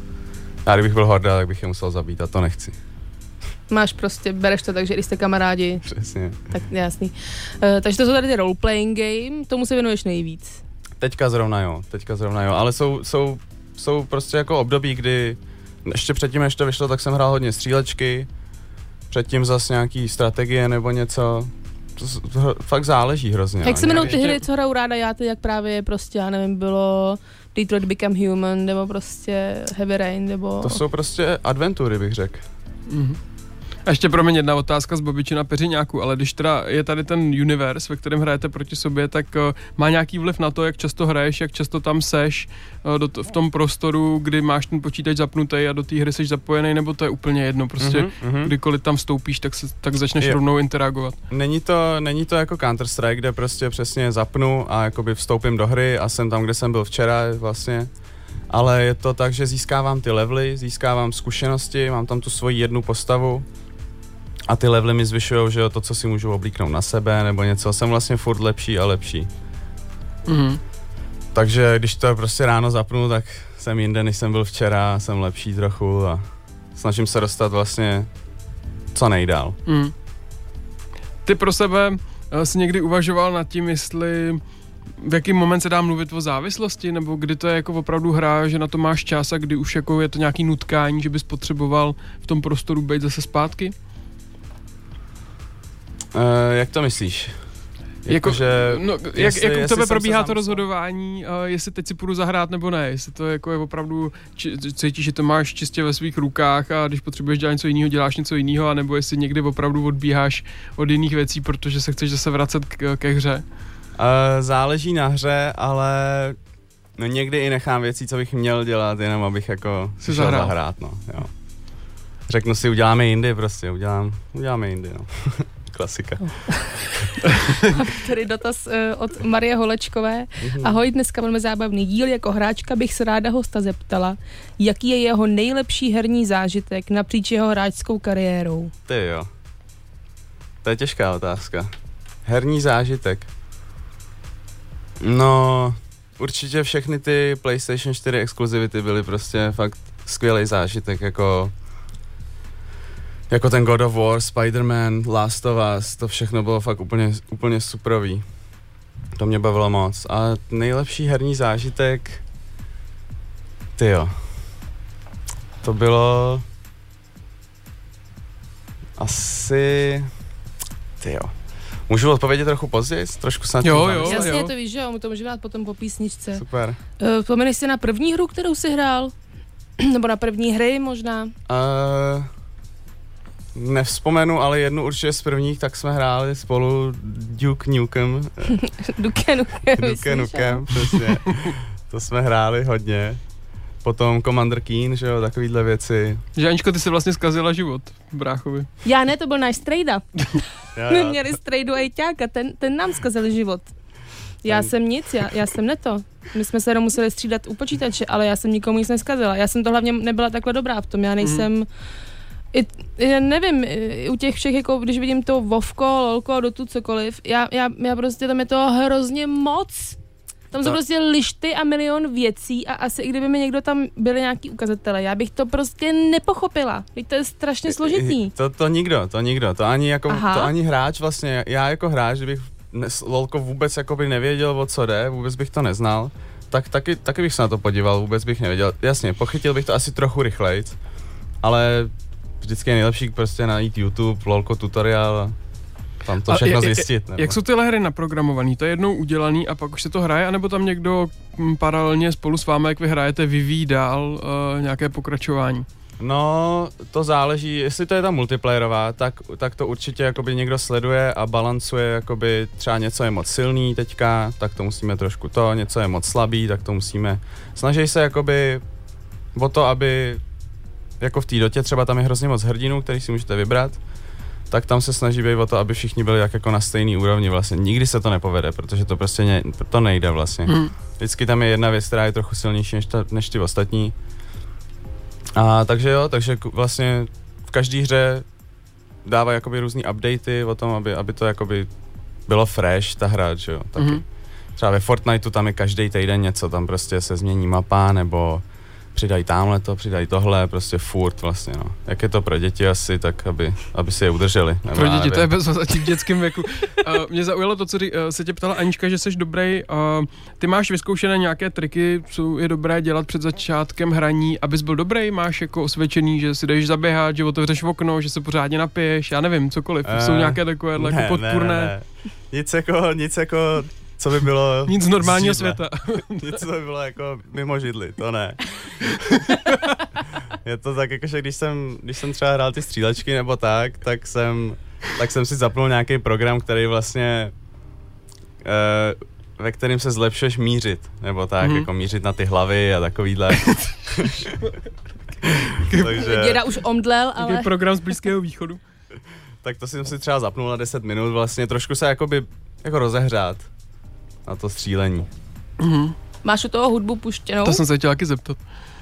S3: já kdybych byl horda, tak bych je musel zabít a to nechci.
S1: Máš prostě, bereš to tak, že když jste kamarádi.
S3: Přesně.
S1: Tak jasný. Takže to jsou tady ty role-playing game, tomu se věnuješ nejvíc.
S3: Teďka zrovna jo, ale jsou prostě jako období, kdy ještě předtím, než to vyšlo, tak jsem hrál hodně střílečky, předtím zase nějaký strategie nebo něco, to fakt záleží hrozně.
S1: Jak se jmenou ty hry, co hraju ráda já, jak právě prostě, já nevím, bylo Detroit Become Human, nebo prostě Heavy Rain, nebo...
S3: To jsou prostě adventury, bych řekl.
S2: Mm-hmm. A ještě pro mě jedna otázka z Bobiči na Peřiňáku, ale když teda je tady ten univerz, ve kterém hrajete proti sobě, tak má nějaký vliv na to, jak často hraješ, jak často tam seš v tom prostoru, kdy máš ten počítač zapnutý a do té hry seš zapojený, nebo to je úplně jedno, prostě kdykoliv tam vstoupíš, tak začneš rovnou interagovat.
S3: Není to jako Counter-Strike, kde prostě přesně zapnu a jakoby vstoupím do hry a jsem tam, kde jsem byl včera vlastně. Ale je to tak, že získávám ty levely, získávám zkušenosti, mám tam tu svoji jednu postavu a ty levely mi zvyšujou, že jo, to, co si můžu oblíknout na sebe nebo něco, jsem vlastně furt lepší a lepší. Mm-hmm. Takže když to prostě ráno zapnu, tak jsem jinde, než jsem byl včera, jsem lepší trochu a snažím se dostat vlastně co nejdál.
S2: Mm. Ty pro sebe jsi někdy uvažoval nad tím, jestli v jaký moment se dá mluvit o závislosti, nebo kdy to je jako opravdu hra, že na to máš čas a kdy už jako je to nějaký nutkání, že bys potřeboval v tom prostoru být zase zpátky?
S3: Jak to myslíš?
S2: Jak u tebe probíhá to rozhodování, jestli teď si půjdu zahrát nebo ne, jestli to jako je opravdu, cítíš, že to máš čistě ve svých rukách a když potřebuješ dělat něco jiného, děláš něco jiného, anebo jestli někdy opravdu odbíháš od jiných věcí, protože se chceš zase vracet ke hře?
S3: Záleží na hře, ale no někdy i nechám věcí, co bych měl dělat, jenom abych jako si šel zahrát, no, jo. Řeknu si, uděláme jindy prostě, uděláme jindy, no. Klasika.
S1: Tady dotaz od Marie Holečkové. Ahoj, dneska máme zábavný díl, jako hráčka bych se ráda hosta zeptala, jaký je jeho nejlepší herní zážitek napříč jeho hráčskou kariérou?
S3: Ty jo, to je těžká otázka. Herní zážitek. No, určitě všechny ty PlayStation 4 exkluzivity byly prostě fakt skvělý zážitek, jako ten God of War, Spider-Man, Last of Us, to všechno bylo fakt úplně superový. To mě bavilo moc. A nejlepší herní zážitek, tyjo, to bylo asi, tyjo, Můžu odpovědět trochu později? Trošku snad.
S2: Jo.
S1: Jasně, to víš, že jo, my to můžeme dát potom po písničce.
S3: Super.
S1: Vzpomeneš si na první hru, kterou jsi hrál? Nebo na první hry možná?
S3: Nevzpomenu, ale jednu určitě z prvních, tak jsme hráli spolu Duke Nukem.
S1: Duke
S3: Nukem, přesně. To jsme hráli hodně. Potom Commander Keen, že jo, takovýhle věci.
S2: Že Aničko, ty si vlastně zkazila život bráchovi.
S1: Já ne, to byl náš strejda. My měli strejdu Ejťáka, ten nám zkazil život. Já jsem nic, já jsem neto. My jsme se museli střídat u počítače, ale já jsem nikomu nic neskazila. Já jsem to hlavně nebyla takhle dobrá v tom, já nejsem... já nevím, u těch všech, jako když vidím to Vovko, Lolko, Dotu, cokoliv, já prostě tam je toho hrozně moc. Tam jsou prostě lišty a milion věcí a asi i kdyby mi někdo tam byli nějaký ukazatele, já bych to prostě nepochopila. Teď to je strašně složitý.
S3: To nikdo. To ani hráč vlastně, já jako hráč, kdybych Lolko vůbec jakoby nevěděl, o co jde, vůbec bych to neznal, tak taky bych se na to podíval, vůbec bych nevěděl. Jasně, pochytil bych to asi trochu rychlejc, ale vždycky je nejlepší prostě najít YouTube, Lolko tutoriál, tam to všechno zjistit. Nebo.
S2: Jak jsou tyhle hry naprogramovaný? To je jednou udělaný a pak už se to hraje, anebo tam někdo paralelně spolu s vámi, jak vy hrajete, vyvíjí dál nějaké pokračování?
S3: No, to záleží, jestli to je ta multiplayerová, tak to určitě jakoby někdo sleduje a balancuje, jakoby třeba něco je moc silný teďka, tak to musíme trošku něco je moc slabý, tak to musíme, snaží se jakoby o to, aby jako v té dotě třeba tam je hrozně moc hrdinů, který si můžete vybrat, tak tam se snaží být o to, aby všichni byli jako na stejný úrovni vlastně. Nikdy se to nepovede, protože to prostě to nejde vlastně. Vždycky tam je jedna věc, která je trochu silnější než ty ostatní. A takže vlastně v každé hře dávají jakoby různý updaty o tom, aby to jakoby bylo fresh, ta hra, že jo, taky. Třeba ve Fortniteu tam je každý týden něco, tam prostě se změní mapa, nebo přidají tamhleto, přidají tohle, prostě furt vlastně, no. Jak je to pro děti asi, tak aby si je udrželi.
S2: Pro děti to je zatím v dětském věku. Mě zaujalo to, co se tě ptala Anička, že jsi dobrý. Ty máš vyzkoušené nějaké triky, co je dobré dělat před začátkem hraní, abys byl dobrý? Máš jako osvědčený, že si jdeš zaběhat, že otevřeš okno, že se pořádně napiješ, já nevím, cokoliv. Jsou nějaké takové jako podpůrné?
S3: Nic jako co by bylo...
S2: Nic z normálního světa.
S3: Nic, co by bylo jako mimo židli, to ne. Je to tak, jakože když jsem třeba hrál ty střílečky nebo tak jsem si zapnul nějaký program, který vlastně ve kterým se zlepšuješ mířit, nebo tak, jako mířit na ty hlavy a takovýhle.
S1: Takže... Děda už omdlel, ale...
S2: Jaký program z Blízkého východu.
S3: Tak to jsem si třeba zapnul na 10 minut, vlastně trošku se jako rozehřát na to střílení.
S1: Máš u toho hudbu puštěnou?
S2: To jsem se chtěl taky zeptat.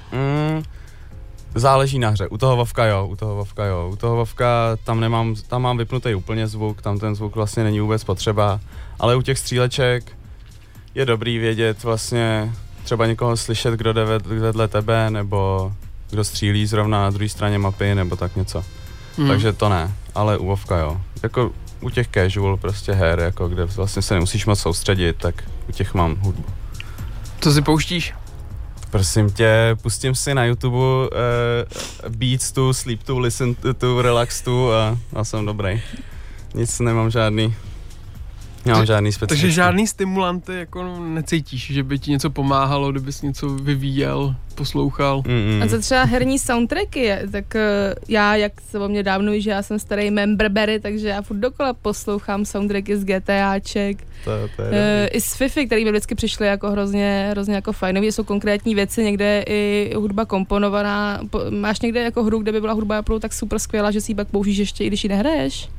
S3: Záleží na hře. U toho Vovka jo. U toho Vovka tam mám vypnutý úplně zvuk, tam ten zvuk vlastně není vůbec potřeba, ale u těch stříleček je dobrý vědět vlastně třeba někoho slyšet, kdo jde vedle tebe, nebo kdo střílí zrovna na druhé straně mapy, nebo tak něco. Takže to ne, ale u Vovka jo. Jako u těch casual prostě her, jako kde vlastně se nemusíš moc soustředit, tak u těch mám hudbu.
S2: Co si pouštíš?
S3: Prosím tě, pustím si na YouTube beats to, sleep to, listen to, relax to a jsem dobrý. Nic nemám žádný specifický.
S2: Takže žádný stimulanty jako necítíš, že by ti něco pomáhalo, kdybys něco vyvíjel, poslouchal?
S1: A co třeba herní soundtracky, tak já, jak se o mě dávno ví, že já jsem starý memberberry, takže já furt dokola poslouchám soundtracky z GTAček.
S3: To je
S1: i z Fifi, který mi vždycky přišly jako hrozně jako fajnový, jsou konkrétní věci, někde i hudba komponovaná. Máš někde jako hru, kde by byla hudba opravdu tak super skvělá, že si ji pak použiješ ještě, i když ji nehraješ?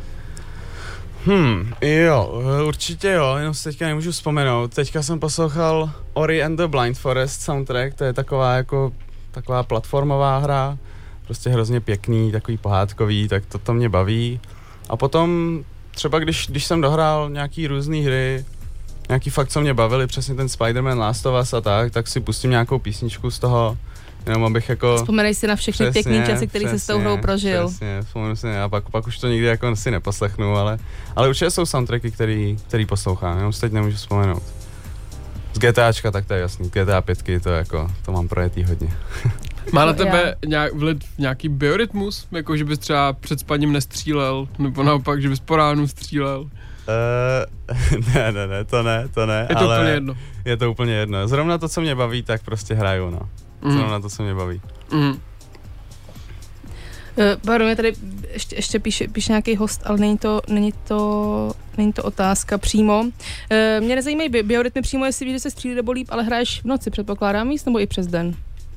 S3: Jo, určitě jo, jenom si teďka nemůžu vzpomenout. Teďka jsem poslouchal Ori and the Blind Forest soundtrack, to je taková platformová hra, prostě hrozně pěkný, takový pohádkový, tak to mě baví. A potom třeba když jsem dohrál nějaký různý hry, nějaký fakt, co mě bavili, přesně ten Spider-Man, Last of Us a tak si pustím nějakou písničku z toho, jenom abych jako...
S1: Vzpomenej si na všechny pěkný časy, který jsi s tou hrou prožil.
S3: Přesně, vzpomenu si a pak už to nikdy jako si neposlechnu, ale určitě jsou soundtracky, který poslouchám, jenom si teď nemůžu vzpomenout. Z GTAčka tak to je jasný, GTA 5 to mám projetý hodně.
S2: Má na tebe vliv nějaký biorytmus, jako že bys třeba před spaním nestřílel, nebo naopak, že bys po ránu střílel?
S3: Ne, to ne.
S2: Je to
S3: ale
S2: úplně jedno.
S3: Je to úplně jedno. Zrovna to, co mě baví, tak prostě hraju, no. Zrovna to, co mě baví.
S1: Pardon, mě tady ještě píše nějaký host, ale není to otázka přímo. Mě nezajímají biorytmy přímo, jestli víš, že se střílí nebo líp, ale hraješ v noci, předpokládám jíst, nebo i přes den?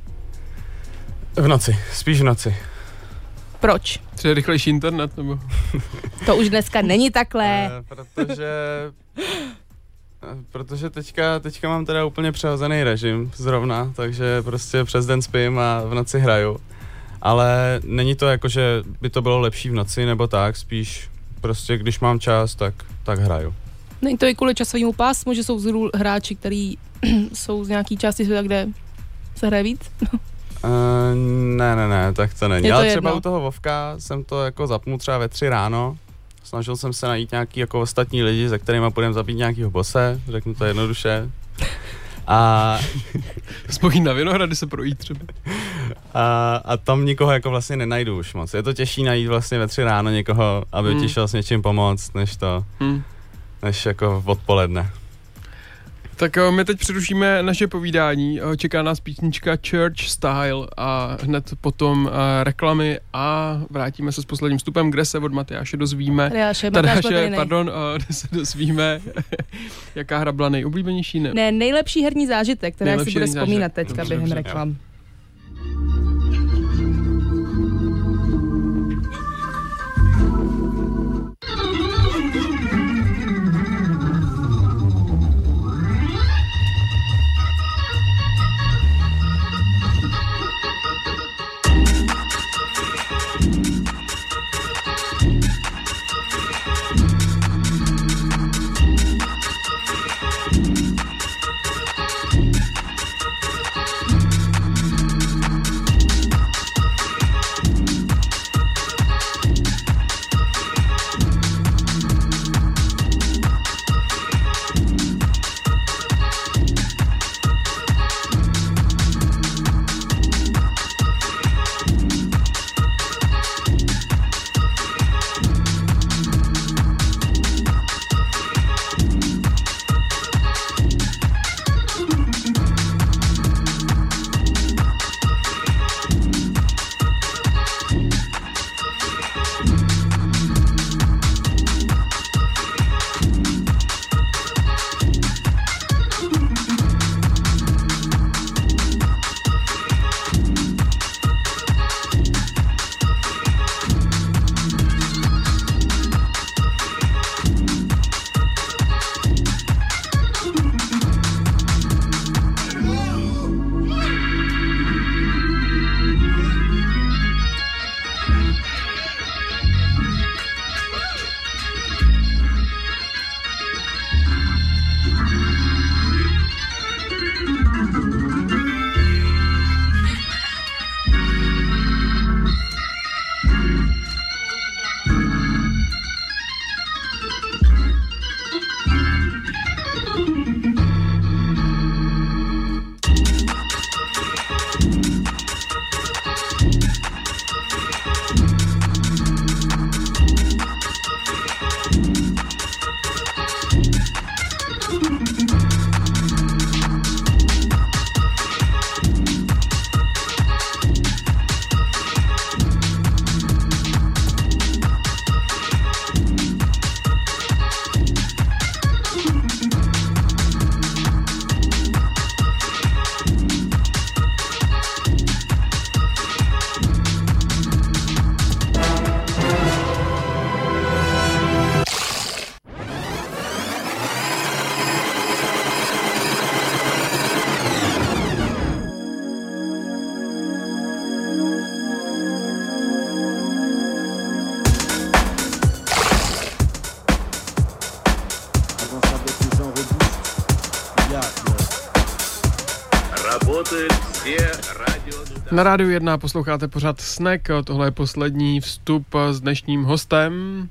S3: V noci, spíš v noci.
S1: Proč?
S2: Třeba rychlejší internet, nebo?
S1: To už dneska není takhle.
S3: Protože teďka mám teda úplně přehozený režim zrovna, takže prostě přes den spím a v noci hraju. Ale není to jako, že by to bylo lepší v noci nebo tak, spíš prostě když mám čas, tak hraju.
S1: Není to i kvůli časovému pásmu, že jsou vzhůru hráči, který jsou z nějaký části světa, kde se hraje víc?
S3: Ne, tak to není. Ale třeba
S1: jedno.
S3: u toho Vovka jsem to jako zapnul třeba ve 3 ráno. Snažil jsem se najít nějaký jako ostatní lidi, se kterýma půjdeme zabít nějakýho bose, řeknu to jednoduše. A
S2: Spojít na Vinohrady se projít třeba.
S3: A tam nikoho jako vlastně nenajdu už moc. Je to těžší najít vlastně ve 3 ráno někoho, aby ti šel s něčím pomoct, než jako odpoledne.
S2: Tak my teď přerušíme naše povídání. Čeká nás písnička Church Style a hned potom reklamy a vrátíme se s posledním vstupem, kde se od Matyáše dozvíme. Kde se dozvíme, jaká hra byla nejoblíbenější.
S1: Ne, nejlepší herní zážitek, která si bude vzpomínat teďka během reklam.
S2: Na Rádiu 1 posloucháte pořád Snack, tohle je poslední vstup s dnešním hostem.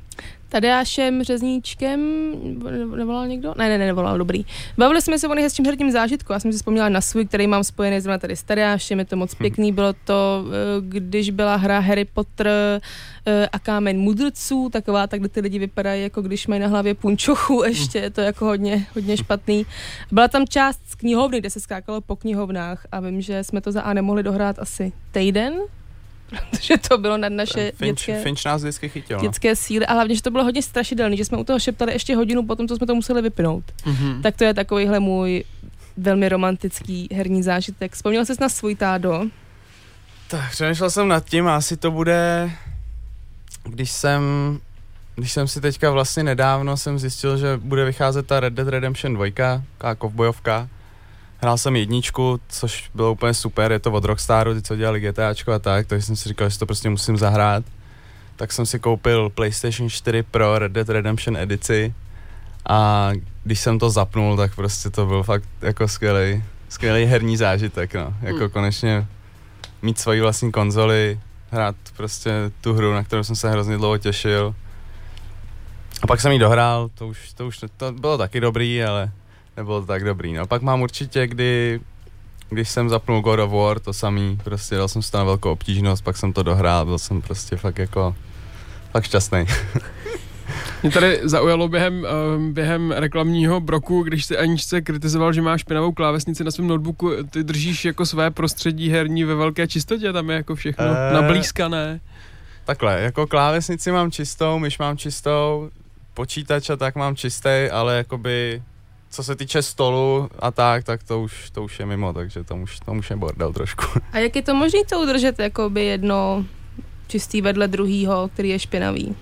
S1: Tadeášem Řezníčkem, nevolal někdo? Ne, nevolal, dobrý. Bavili jsme se o nejhezčím herním zážitku, já jsem si vzpomněla na svůj, který mám spojený zrovna tady s Tadeášem, je to moc pěkný, bylo to, když byla hra Harry Potter a Kámen mudrců, taková, tak kde ty lidi vypadají, jako když mají na hlavě punčochu, ještě je to jako hodně špatný. Byla tam část z knihovny, kde se skákalo po knihovnách a vím, že jsme to za A nemohli dohrát asi týden, protože to bylo nad naše
S3: Finch nás vždycky chytil.
S1: Dětské síly a hlavně, že to bylo hodně strašidelné, že jsme u toho šeptali ještě hodinu potom, co jsme to museli vypnout. Mm-hmm. Tak to je takovýhle můj velmi romantický herní zážitek. Vzpomněl jsi na svůj, Tádo?
S3: Tak, přemýšlel jsem nad tím, asi to bude, když jsem si teďka vlastně nedávno jsem zjistil, že bude vycházet ta Red Dead Redemption 2, taková kovbojovka. Hrál jsem 1, což bylo úplně super, je to od Rockstaru, ty co dělali GTAčko a tak, takže jsem si říkal, že to prostě musím zahrát. Tak jsem si koupil PlayStation 4 Pro Red Dead Redemption edici a když jsem to zapnul, tak prostě to byl fakt jako skvělý herní zážitek, no. Jako konečně mít svoji vlastní konzoli, hrát prostě tu hru, na kterou jsem se hrozně dlouho těšil. A pak jsem ji dohrál, to bylo taky dobrý, ale nebylo to tak dobrý, no. Pak mám určitě, když jsem zapnul God of War, to samý, prostě dal jsem si to na velkou obtížnost, pak jsem to dohrál, byl jsem prostě fakt šťastný.
S2: Mě tady zaujalo během reklamního bloku, když si Aničce kritizoval, že má špinavou klávesnici na svém notebooku, ty držíš jako své prostředí herní ve velké čistotě, tam je jako všechno nablízkané. Takhle,
S3: jako klávesnici mám čistou, myš mám čistou, počítač a tak mám čistý, ale jakoby co se týče stolu a tak to už je mimo, takže to už je bordel trošku.
S1: A jak je to možné to udržet, jakoby jedno čistý vedle druhýho, který je špinavý?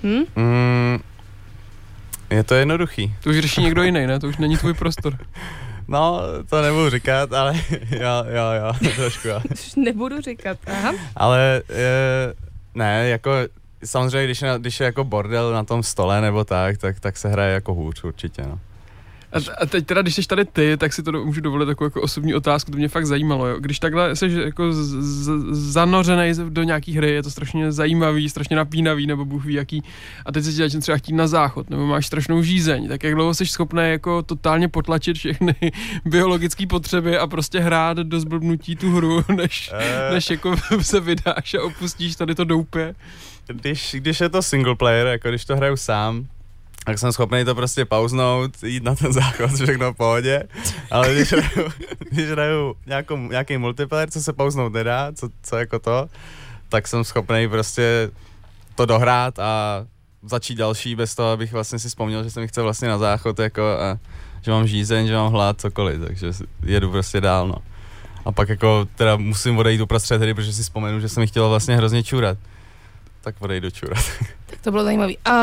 S3: Je to jednoduchý.
S2: To už řeší někdo jiný, ne? To už není tvůj prostor.
S3: No, to nebudu říkat, ale jo, trošku jo.
S1: Nebudu říkat, aha.
S3: Ale ne, jako samozřejmě, když je jako bordel na tom stole nebo tak se hraje jako hůř určitě, no.
S2: A teď teda, když jsi tady ty, tak si to můžu dovolit takovou jako osobní otázku, to mě fakt zajímalo, jo. Když takhle jsi jako zanořenej do nějaký hry, je to strašně zajímavý, strašně napínavý, nebo Bůh ví jaký, a teď se ti začne třeba chtít na záchod, nebo máš strašnou žízeň, tak jak dlouho jsi schopný jako totálně potlačit všechny biologické potřeby a prostě hrát do zblbnutí tu hru, než jako se vydáš a opustíš tady to doupě?
S3: Když je to single player, jako když to hraju sám, tak jsem schopný to prostě pauznout, jít na ten záchod, všechno v pohodě, ale když hraju nějaký multiplayer, co se pauznout nedá, co jako to, tak jsem schopný prostě to dohrát a začít další bez toho, abych vlastně si vzpomněl, že jsem chce vlastně na záchod, jako a že mám žízeň, že mám hlad, cokoliv, takže jedu prostě dál, no. A pak jako teda musím odejít uprostřed hry, protože si vzpomenu, že jsem chtěl vlastně hrozně čůrat. Tak odejdu čůrat. Tak
S1: to bylo zajímavý. A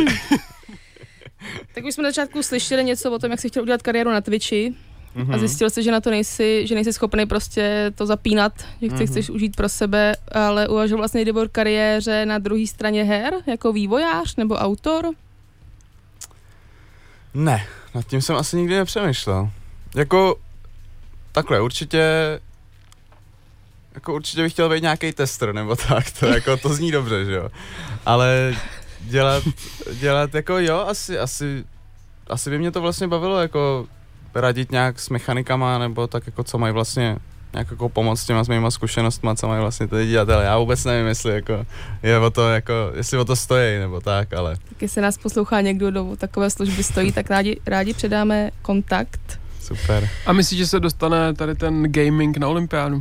S1: tak už jsme na začátku slyšeli něco o tom, jak jsi chtěl udělat kariéru na Twitchi a zjistil jsi, že na to nejsi schopný prostě to zapínat, že chceš užít pro sebe, ale uvažoval vlastně někdy o kariéře na druhé straně her, jako vývojář nebo autor?
S3: Ne, nad tím jsem asi nikdy nepřemýšlel. Jako takhle, určitě bych chtěl být nějaký tester, nebo tak, to zní dobře, že jo, ale dělat jako jo, asi by mě to vlastně bavilo, jako radit nějak s mechanikama, nebo tak jako co mají vlastně nějak jako pomoct s těma s mýma zkušenostma, co mají vlastně ty dělat, ale já vůbec nevím, jestli jako je o to jako, jestli o to stojí, nebo tak, ale.
S1: Tak jestli nás poslouchá někdo, do takové služby stojí, tak rádi předáme kontakt.
S3: Super.
S2: A myslíš, že se dostane tady ten gaming na olympiádu?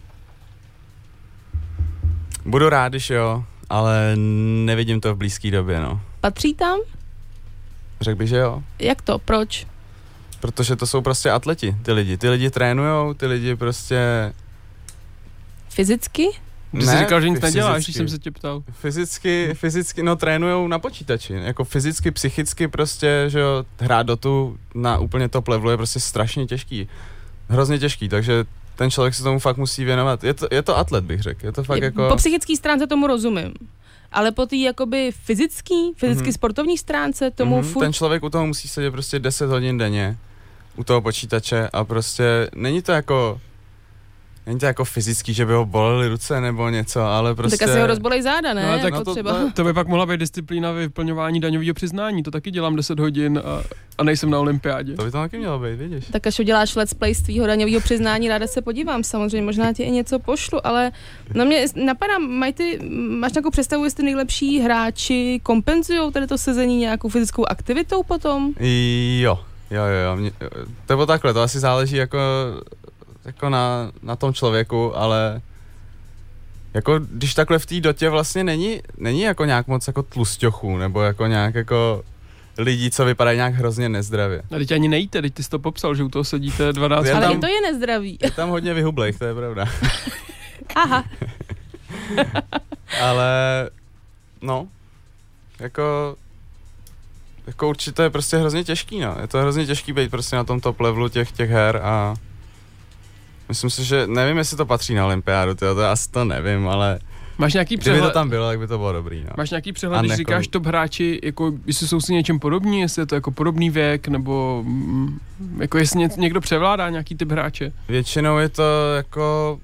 S3: Budu rád, když jo, ale nevidím to v blízké době, no.
S1: Patří tam?
S3: Řekl bych, že jo.
S1: Jak to? Proč?
S3: Protože to jsou prostě atleti, ty lidi trénujou, ty lidi prostě.
S1: Fyzicky?
S2: Ty jsi říkal, že nic neděláš, když jsem se tě ptal.
S3: Fyzicky, no trénujou na počítači, jako fyzicky, psychicky prostě, že jo, hrát dotu na úplně top levelu je prostě strašně těžký, hrozně těžký, takže ten člověk se tomu fakt musí věnovat, je to atlet, bych řekl, je to fakt jako.
S1: Po psychické stránce tomu rozumím, ale po té jakoby fyzicky sportovní stránce tomu furt.
S3: Ten člověk u toho musí sedět prostě 10 hodin denně u toho počítače a prostě není to jako Není to jako fyzický, že by ho bolely ruce nebo něco, ale prostě...
S1: Tak asi ho rozbolej záda, ne?
S2: No, tak
S1: jako třeba.
S2: To by pak mohla být disciplína vyplňování daňového přiznání, to taky dělám 10 hodin a nejsem na olympiádě.
S3: To by to taky mělo být, vidíš.
S1: Tak až uděláš let's play z tvýho daňového přiznání, ráda se podívám, samozřejmě, možná ti i něco pošlu, ale no mě napadá, máš nějakou představu, jestli nejlepší hráči kompenzujou tady to sezení nějakou fyzickou aktivitou potom?
S3: Jo. To bylo takhle, to asi záleží jako na tom člověku, ale jako když takhle v té dotě vlastně není jako nějak moc jako tlusťochů, nebo jako nějak jako lidí, co vypadají nějak hrozně nezdravě.
S2: A teď ani nejíte, teď ty jsi to popsal, že u toho sedíte 12
S1: Ale
S2: tam...
S1: i to je nezdravý.
S3: Je tam hodně vyhublejch, to je pravda.
S1: Aha.
S3: Ale no, jako určitě je prostě hrozně těžký, no. Je to hrozně těžký být prostě na tom top levelu těch her a myslím si, že nevím, jestli to patří na olympiádu, to asi to nevím, ale
S2: máš nějaký
S3: kdyby
S2: přehled,
S3: to tam bylo, tak by to bylo dobrý, no.
S2: Máš nějaký přehled, když říkáš top hráči, jako jestli jsou si něčem podobní, jestli je to jako podobný věk, nebo jako jestli někdo převládá nějaký typ hráče?
S3: Většinou je to jako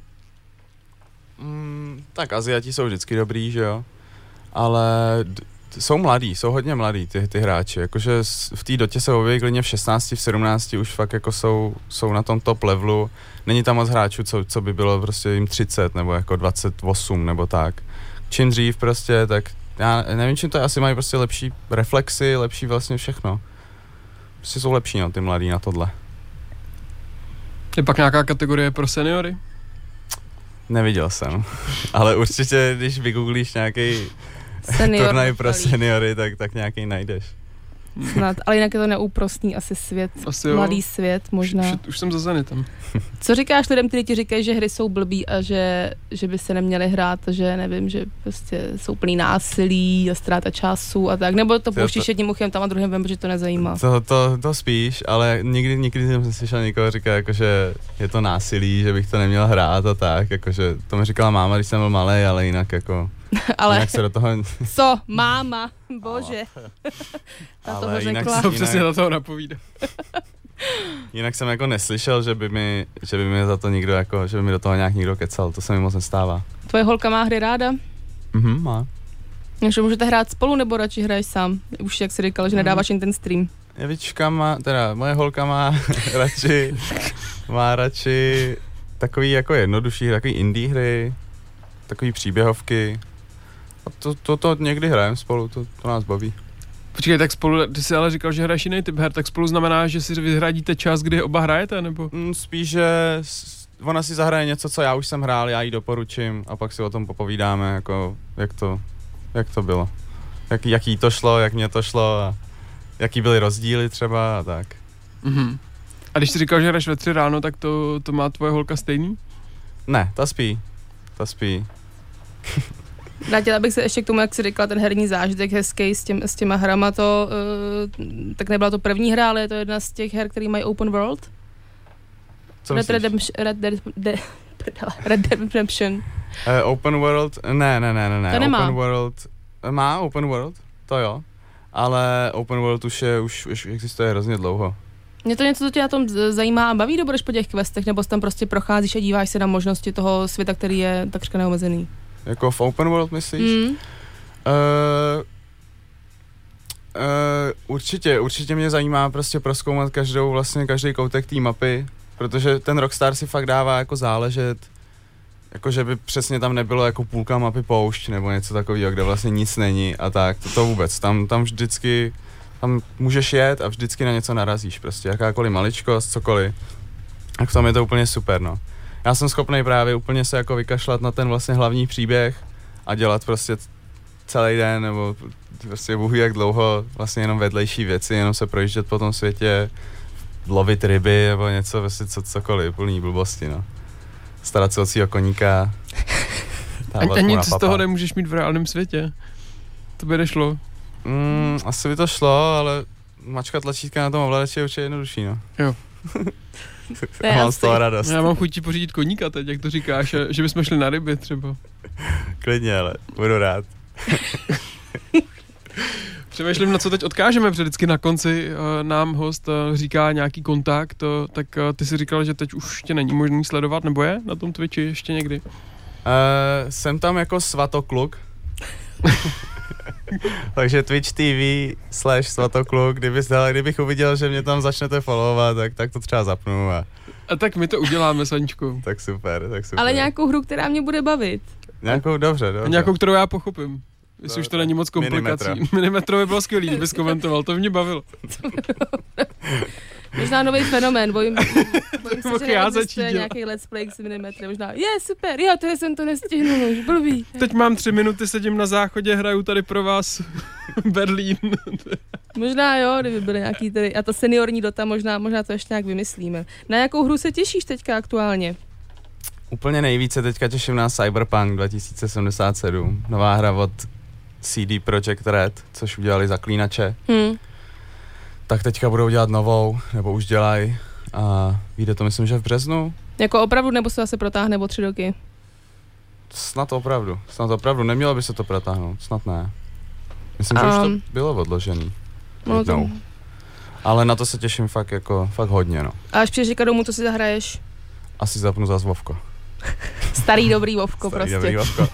S3: tak Aziati jsou vždycky dobrý, že jo, ale jsou hodně mladí ty hráči, jakože v té dotě se objeví klidně v 16, v 17 už fakt jako jsou na tom top levelu, není tam moc hráčů, co by bylo prostě jim 30 nebo jako 28 nebo tak. Čím dřív prostě, tak já nevím, čím to je, asi mají prostě lepší reflexy, lepší vlastně všechno. Prostě jsou lepší, no, ty mladí na tohle.
S2: Je pak nějaká kategorie pro seniory?
S3: Neviděl jsem, ale určitě, když vygooglíš nějaký turnaj pro seniory, tak nějaký najdeš.
S1: Snad, ale jinak je to neúprostný asi svět,
S2: asi
S1: mladý svět možná.
S2: Už jsem za Zenitem.
S1: Co říkáš lidem, kteří ti říkají, že hry jsou blbý a že by se neměly hrát, že nevím, že prostě jsou plný násilí a ztráta času a tak, nebo to pouštíš jedním uchem tam a druhým vem, protože to nezajímá.
S3: To spíš, ale nikdy jsem slyšel někoho říkat, jakože je to násilí, že bych to neměl hrát a tak, jakože to mi říkala máma, když jsem byl malej, ale jinak jako...
S1: Ale
S3: jinak se do toho...
S1: Co? Máma? Bože. Ta toho řekla.
S2: Co přesně na toho napovídá.
S3: Jinak jsem jako neslyšel, že by mi za to někdo jako, že by mi do toho nějak někdo kecal, to se mi moc nestává.
S1: Tvoje holka má hry ráda?
S3: Má.
S1: Takže můžete hrát spolu, nebo radši hraješ sám? Už jak jsi říkal, že nedáváš jen ten stream.
S3: Evička moje holka má radši takový jako jednodušší, takový indie hry, takový příběhovky. A to někdy hrajeme spolu, to nás baví.
S2: Počkej, tak spolu, ty jsi ale říkal, že hraješ jiný typ her, tak spolu znamená, že si vyhradíte čas, kdy oba hrajete, nebo?
S3: Spíš, že ona si zahraje něco, co já už jsem hrál, já jí doporučím a pak si o tom popovídáme, jako jak to bylo. Jak jí to šlo, jak mě to šlo a jaký byly rozdíly třeba a tak.
S2: Mhm. A když jsi říkal, že hraješ ve 3 ráno, tak to má tvoje holka stejný?
S3: Ne, ta spí.
S1: Vrátila bych se ještě k tomu, jak jsi říkala, ten herní zážitek hezký s těma hrama, tak nebyla to první hra, ale je to jedna z těch her, který mají open world. Red Dead Redemption.
S3: Open world? Ne.
S1: To nemá.
S3: Open world, má open world, to jo, ale open world už existuje hrozně dlouho.
S1: Mě to něco, co tě na tom zajímá a baví, nebo jdeš po těch questech, nebo tam prostě procházíš a díváš se na možnosti toho světa, který je takřka neomezený?
S3: Jako v open world myslíš? Určitě mě zajímá prostě prozkoumat každý koutek té mapy, protože ten Rockstar si fakt dává jako záležet, jako že by přesně tam nebylo jako půlka mapy poušť nebo něco takového, kde vlastně nic není a tak, to vůbec, tam vždycky, tam můžeš jet a vždycky na něco narazíš prostě, jakákoliv maličkost, cokoliv, tak v tom je to úplně super, no. Já jsem schopný právě úplně se jako vykašlat na ten vlastně hlavní příběh a dělat prostě celý den nebo prostě bůh jak dlouho vlastně jenom vedlejší věci, jenom se projíždět po tom světě, lovit ryby nebo něco, vlastně cokoliv, plný blbosti, no. Starat se o svýho koníka.
S2: A nic z toho nemůžeš mít v reálném světě. To by nešlo.
S3: Asi by to šlo, ale mačkat tlačítka na tom ovladači je určitě jednodušší, no.
S2: Jo.
S3: Mám z toho radost.
S2: Já mám chuť ti pořídit koníka teď, jak to říkáš, že bychom šli na ryby třeba.
S3: Klidně, ale budu rád.
S2: Přemýšlím, na co teď odkážeme, protože vždycky na konci nám host říká nějaký kontakt, tak ty si říkal, že teď už tě není možný sledovat, nebo je na tom Twitchi ještě někdy?
S3: Jsem tam jako svatokluk. Takže Twitch TV/svatokluk, kdybych uviděl, že mě tam začnete followovat, tak to třeba zapnu a
S2: tak my to uděláme, Saničku.
S3: Tak super.
S1: Ale nějakou hru, která mě bude bavit.
S3: Nějakou, dobře.
S2: Nějakou, kterou já pochopím. Jestli už to není moc komplikací. Minimetro by bylo skvělý, kdybys komentoval, to mě bavilo.
S1: Možná nový fenomén, bojím se, že
S2: já
S1: neexistuje nějaký let's play s Minimetrem. Možná, super, jo, tady jsem to nestihnul, už blbý.
S2: Teď mám 3 minuty, sedím na záchodě, hraju tady pro vás Berlín.
S1: Možná jo, kdyby byly nějaký tady, a ta seniorní Dota, možná to ještě nějak vymyslíme. Na jakou hru se těšíš teďka aktuálně?
S3: Úplně nejvíce teďka těším na Cyberpunk 2077, nová hra od CD Projekt Red, což udělali Zaklínače. Tak teďka budou dělat novou, nebo už dělají a vyjde to myslím, že v březnu.
S1: Jako opravdu, nebo se zase protáhne o 3 roky?
S3: Snad opravdu, nemělo by se to protáhnout, snad ne. Myslím, že už to bylo odložený. Ale na to se těším fakt hodně, no.
S1: A až přijdeš domů, co si zahraješ?
S3: Asi zapnu zás Vovko.
S1: Starý dobrý Vovko prostě.
S3: Dobrý Vovko.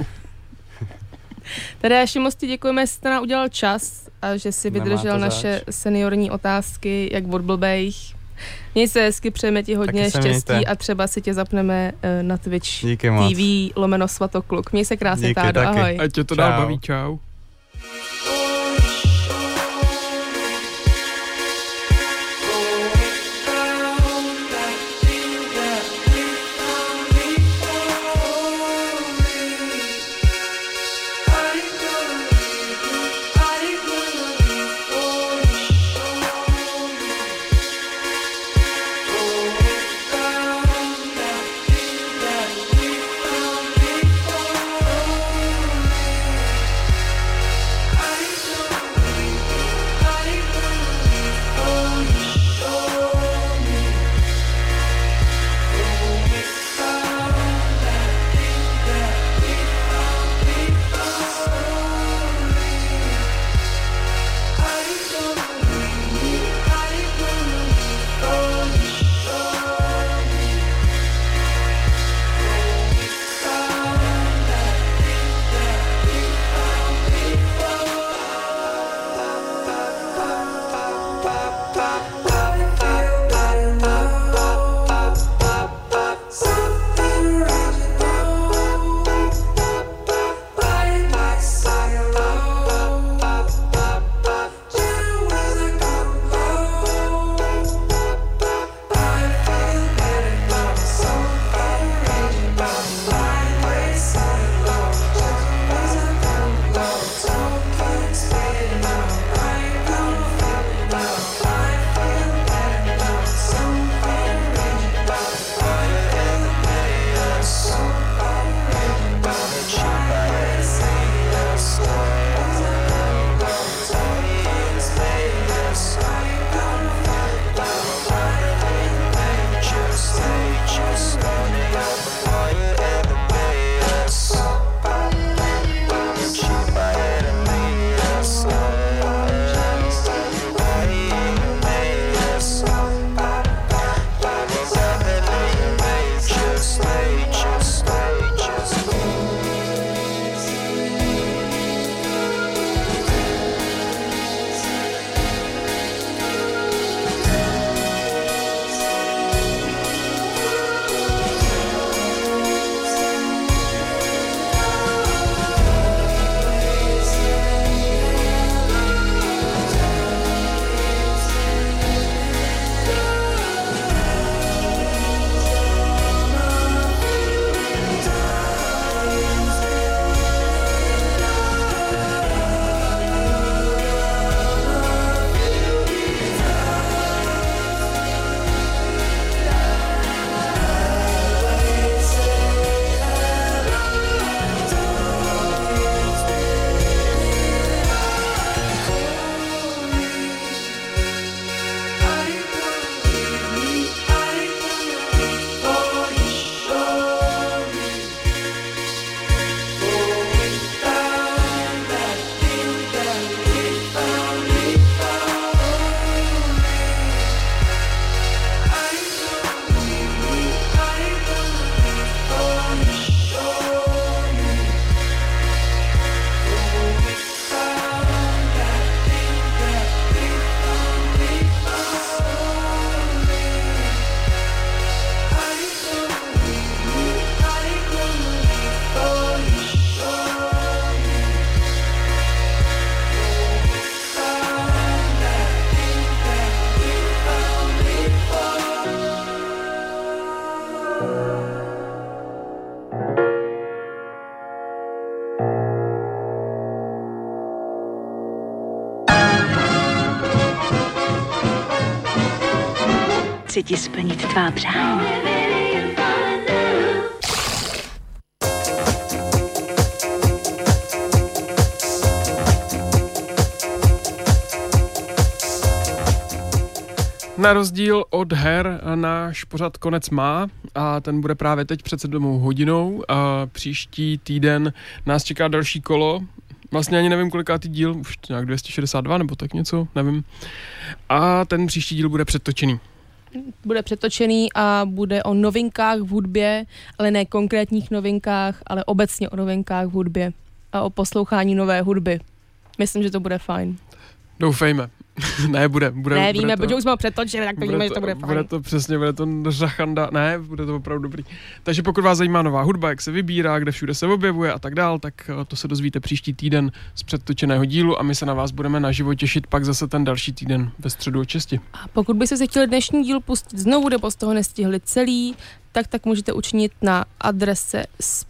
S1: Tady ještě moc ti děkujeme, že jste nám udělal čas a že jsi vydržel naše seniorní otázky, jak od blbejch. Měj se hezky, přejeme ti hodně štěstí a třeba si tě zapneme na Twitch TV/svatokluk. Měj se krásně, Tádo, ahoj.
S2: Ať tě to dál baví, čau.
S4: Chci ti splnit tvá přání.
S2: Na rozdíl od her náš pořad konec má a ten bude právě teď před 7 hodinou. A příští týden nás čeká další kolo. Vlastně ani nevím, kolikátý díl, už nějak 262 nebo tak něco, nevím. A ten příští díl bude předtočený.
S1: Bude přetočený a bude o novinkách v hudbě, ale ne konkrétních novinkách, ale obecně o novinkách v hudbě a o poslouchání nové hudby. Myslím, že to bude fajn.
S2: Doufejme. Ne, bude
S1: ne, víme,
S2: protože
S1: už jsme přetočili, tak víme, že to bude fajn.
S2: Bude to přesně, bude to řachanda, ne, bude to opravdu dobrý. Takže pokud vás zajímá nová hudba, jak se vybírá, kde všude se objevuje a tak dál, tak to se dozvíte příští týden z předtočeného dílu a my se na vás budeme naživo těšit pak zase ten další týden ve středu od 6.
S1: A pokud byste si chtěli dnešní díl pustit znovu, nebo z toho nestihli celý, tak můžete učinit na adrese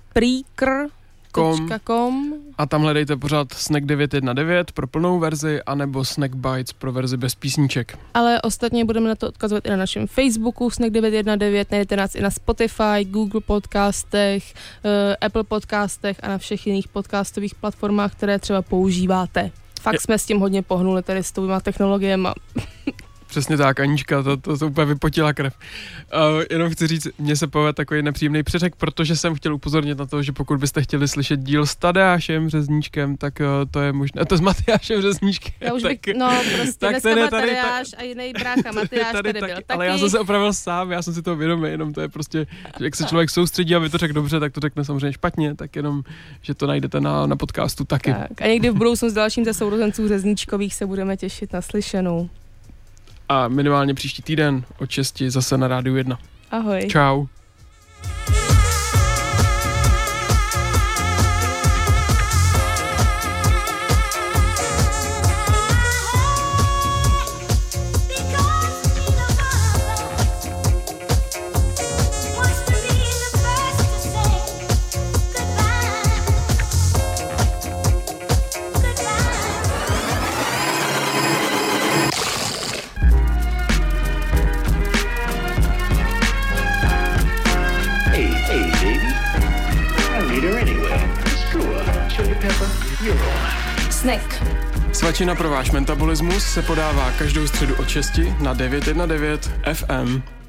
S1: Spreaker.com
S2: a tam hledejte pořád Snack 919 pro plnou verzi anebo Snack Bites pro verzi bez písniček.
S1: Ale ostatně budeme na to odkazovat i na našem Facebooku Snack 919, najdete nás i na Spotify, Google podcastech, Apple podcastech a na všech jiných podcastových platformách, které třeba používáte. Fakt jsme s tím hodně pohnuli tady s těma technologiemi.
S2: Přesně tak, Anička, to úplně vypotila krev. Jenom chci říct, mně se povedl takový nepříjemný přeřek, protože jsem chtěl upozornit na to, že pokud byste chtěli slyšet díl s Tadeášem Řezníčkem, tak to je možné. To s Matyášem Řezníčkem.
S1: Já už bych, prostě dneska byl Tadeáš a jiný brácha Matyáš tady byl taky.
S2: Ale já jsem se opravil sám, já jsem si toho vědomý, jenom to je prostě, jak se člověk soustředí, aby to řekl dobře, tak to řekne samozřejmě špatně, tak jenom, že to najdete na podcastu taky.
S1: Tak, a někdy v budoucnu s dalším ze sourozenců Řezníčkových se budeme těšit na slyšenou.
S2: A minimálně příští týden od 6 zase na Rádiu 1.
S1: Ahoj.
S2: Čau.
S1: Snack.
S2: Svačina pro váš metabolismus se podává každou středu od 6 na 919 FM.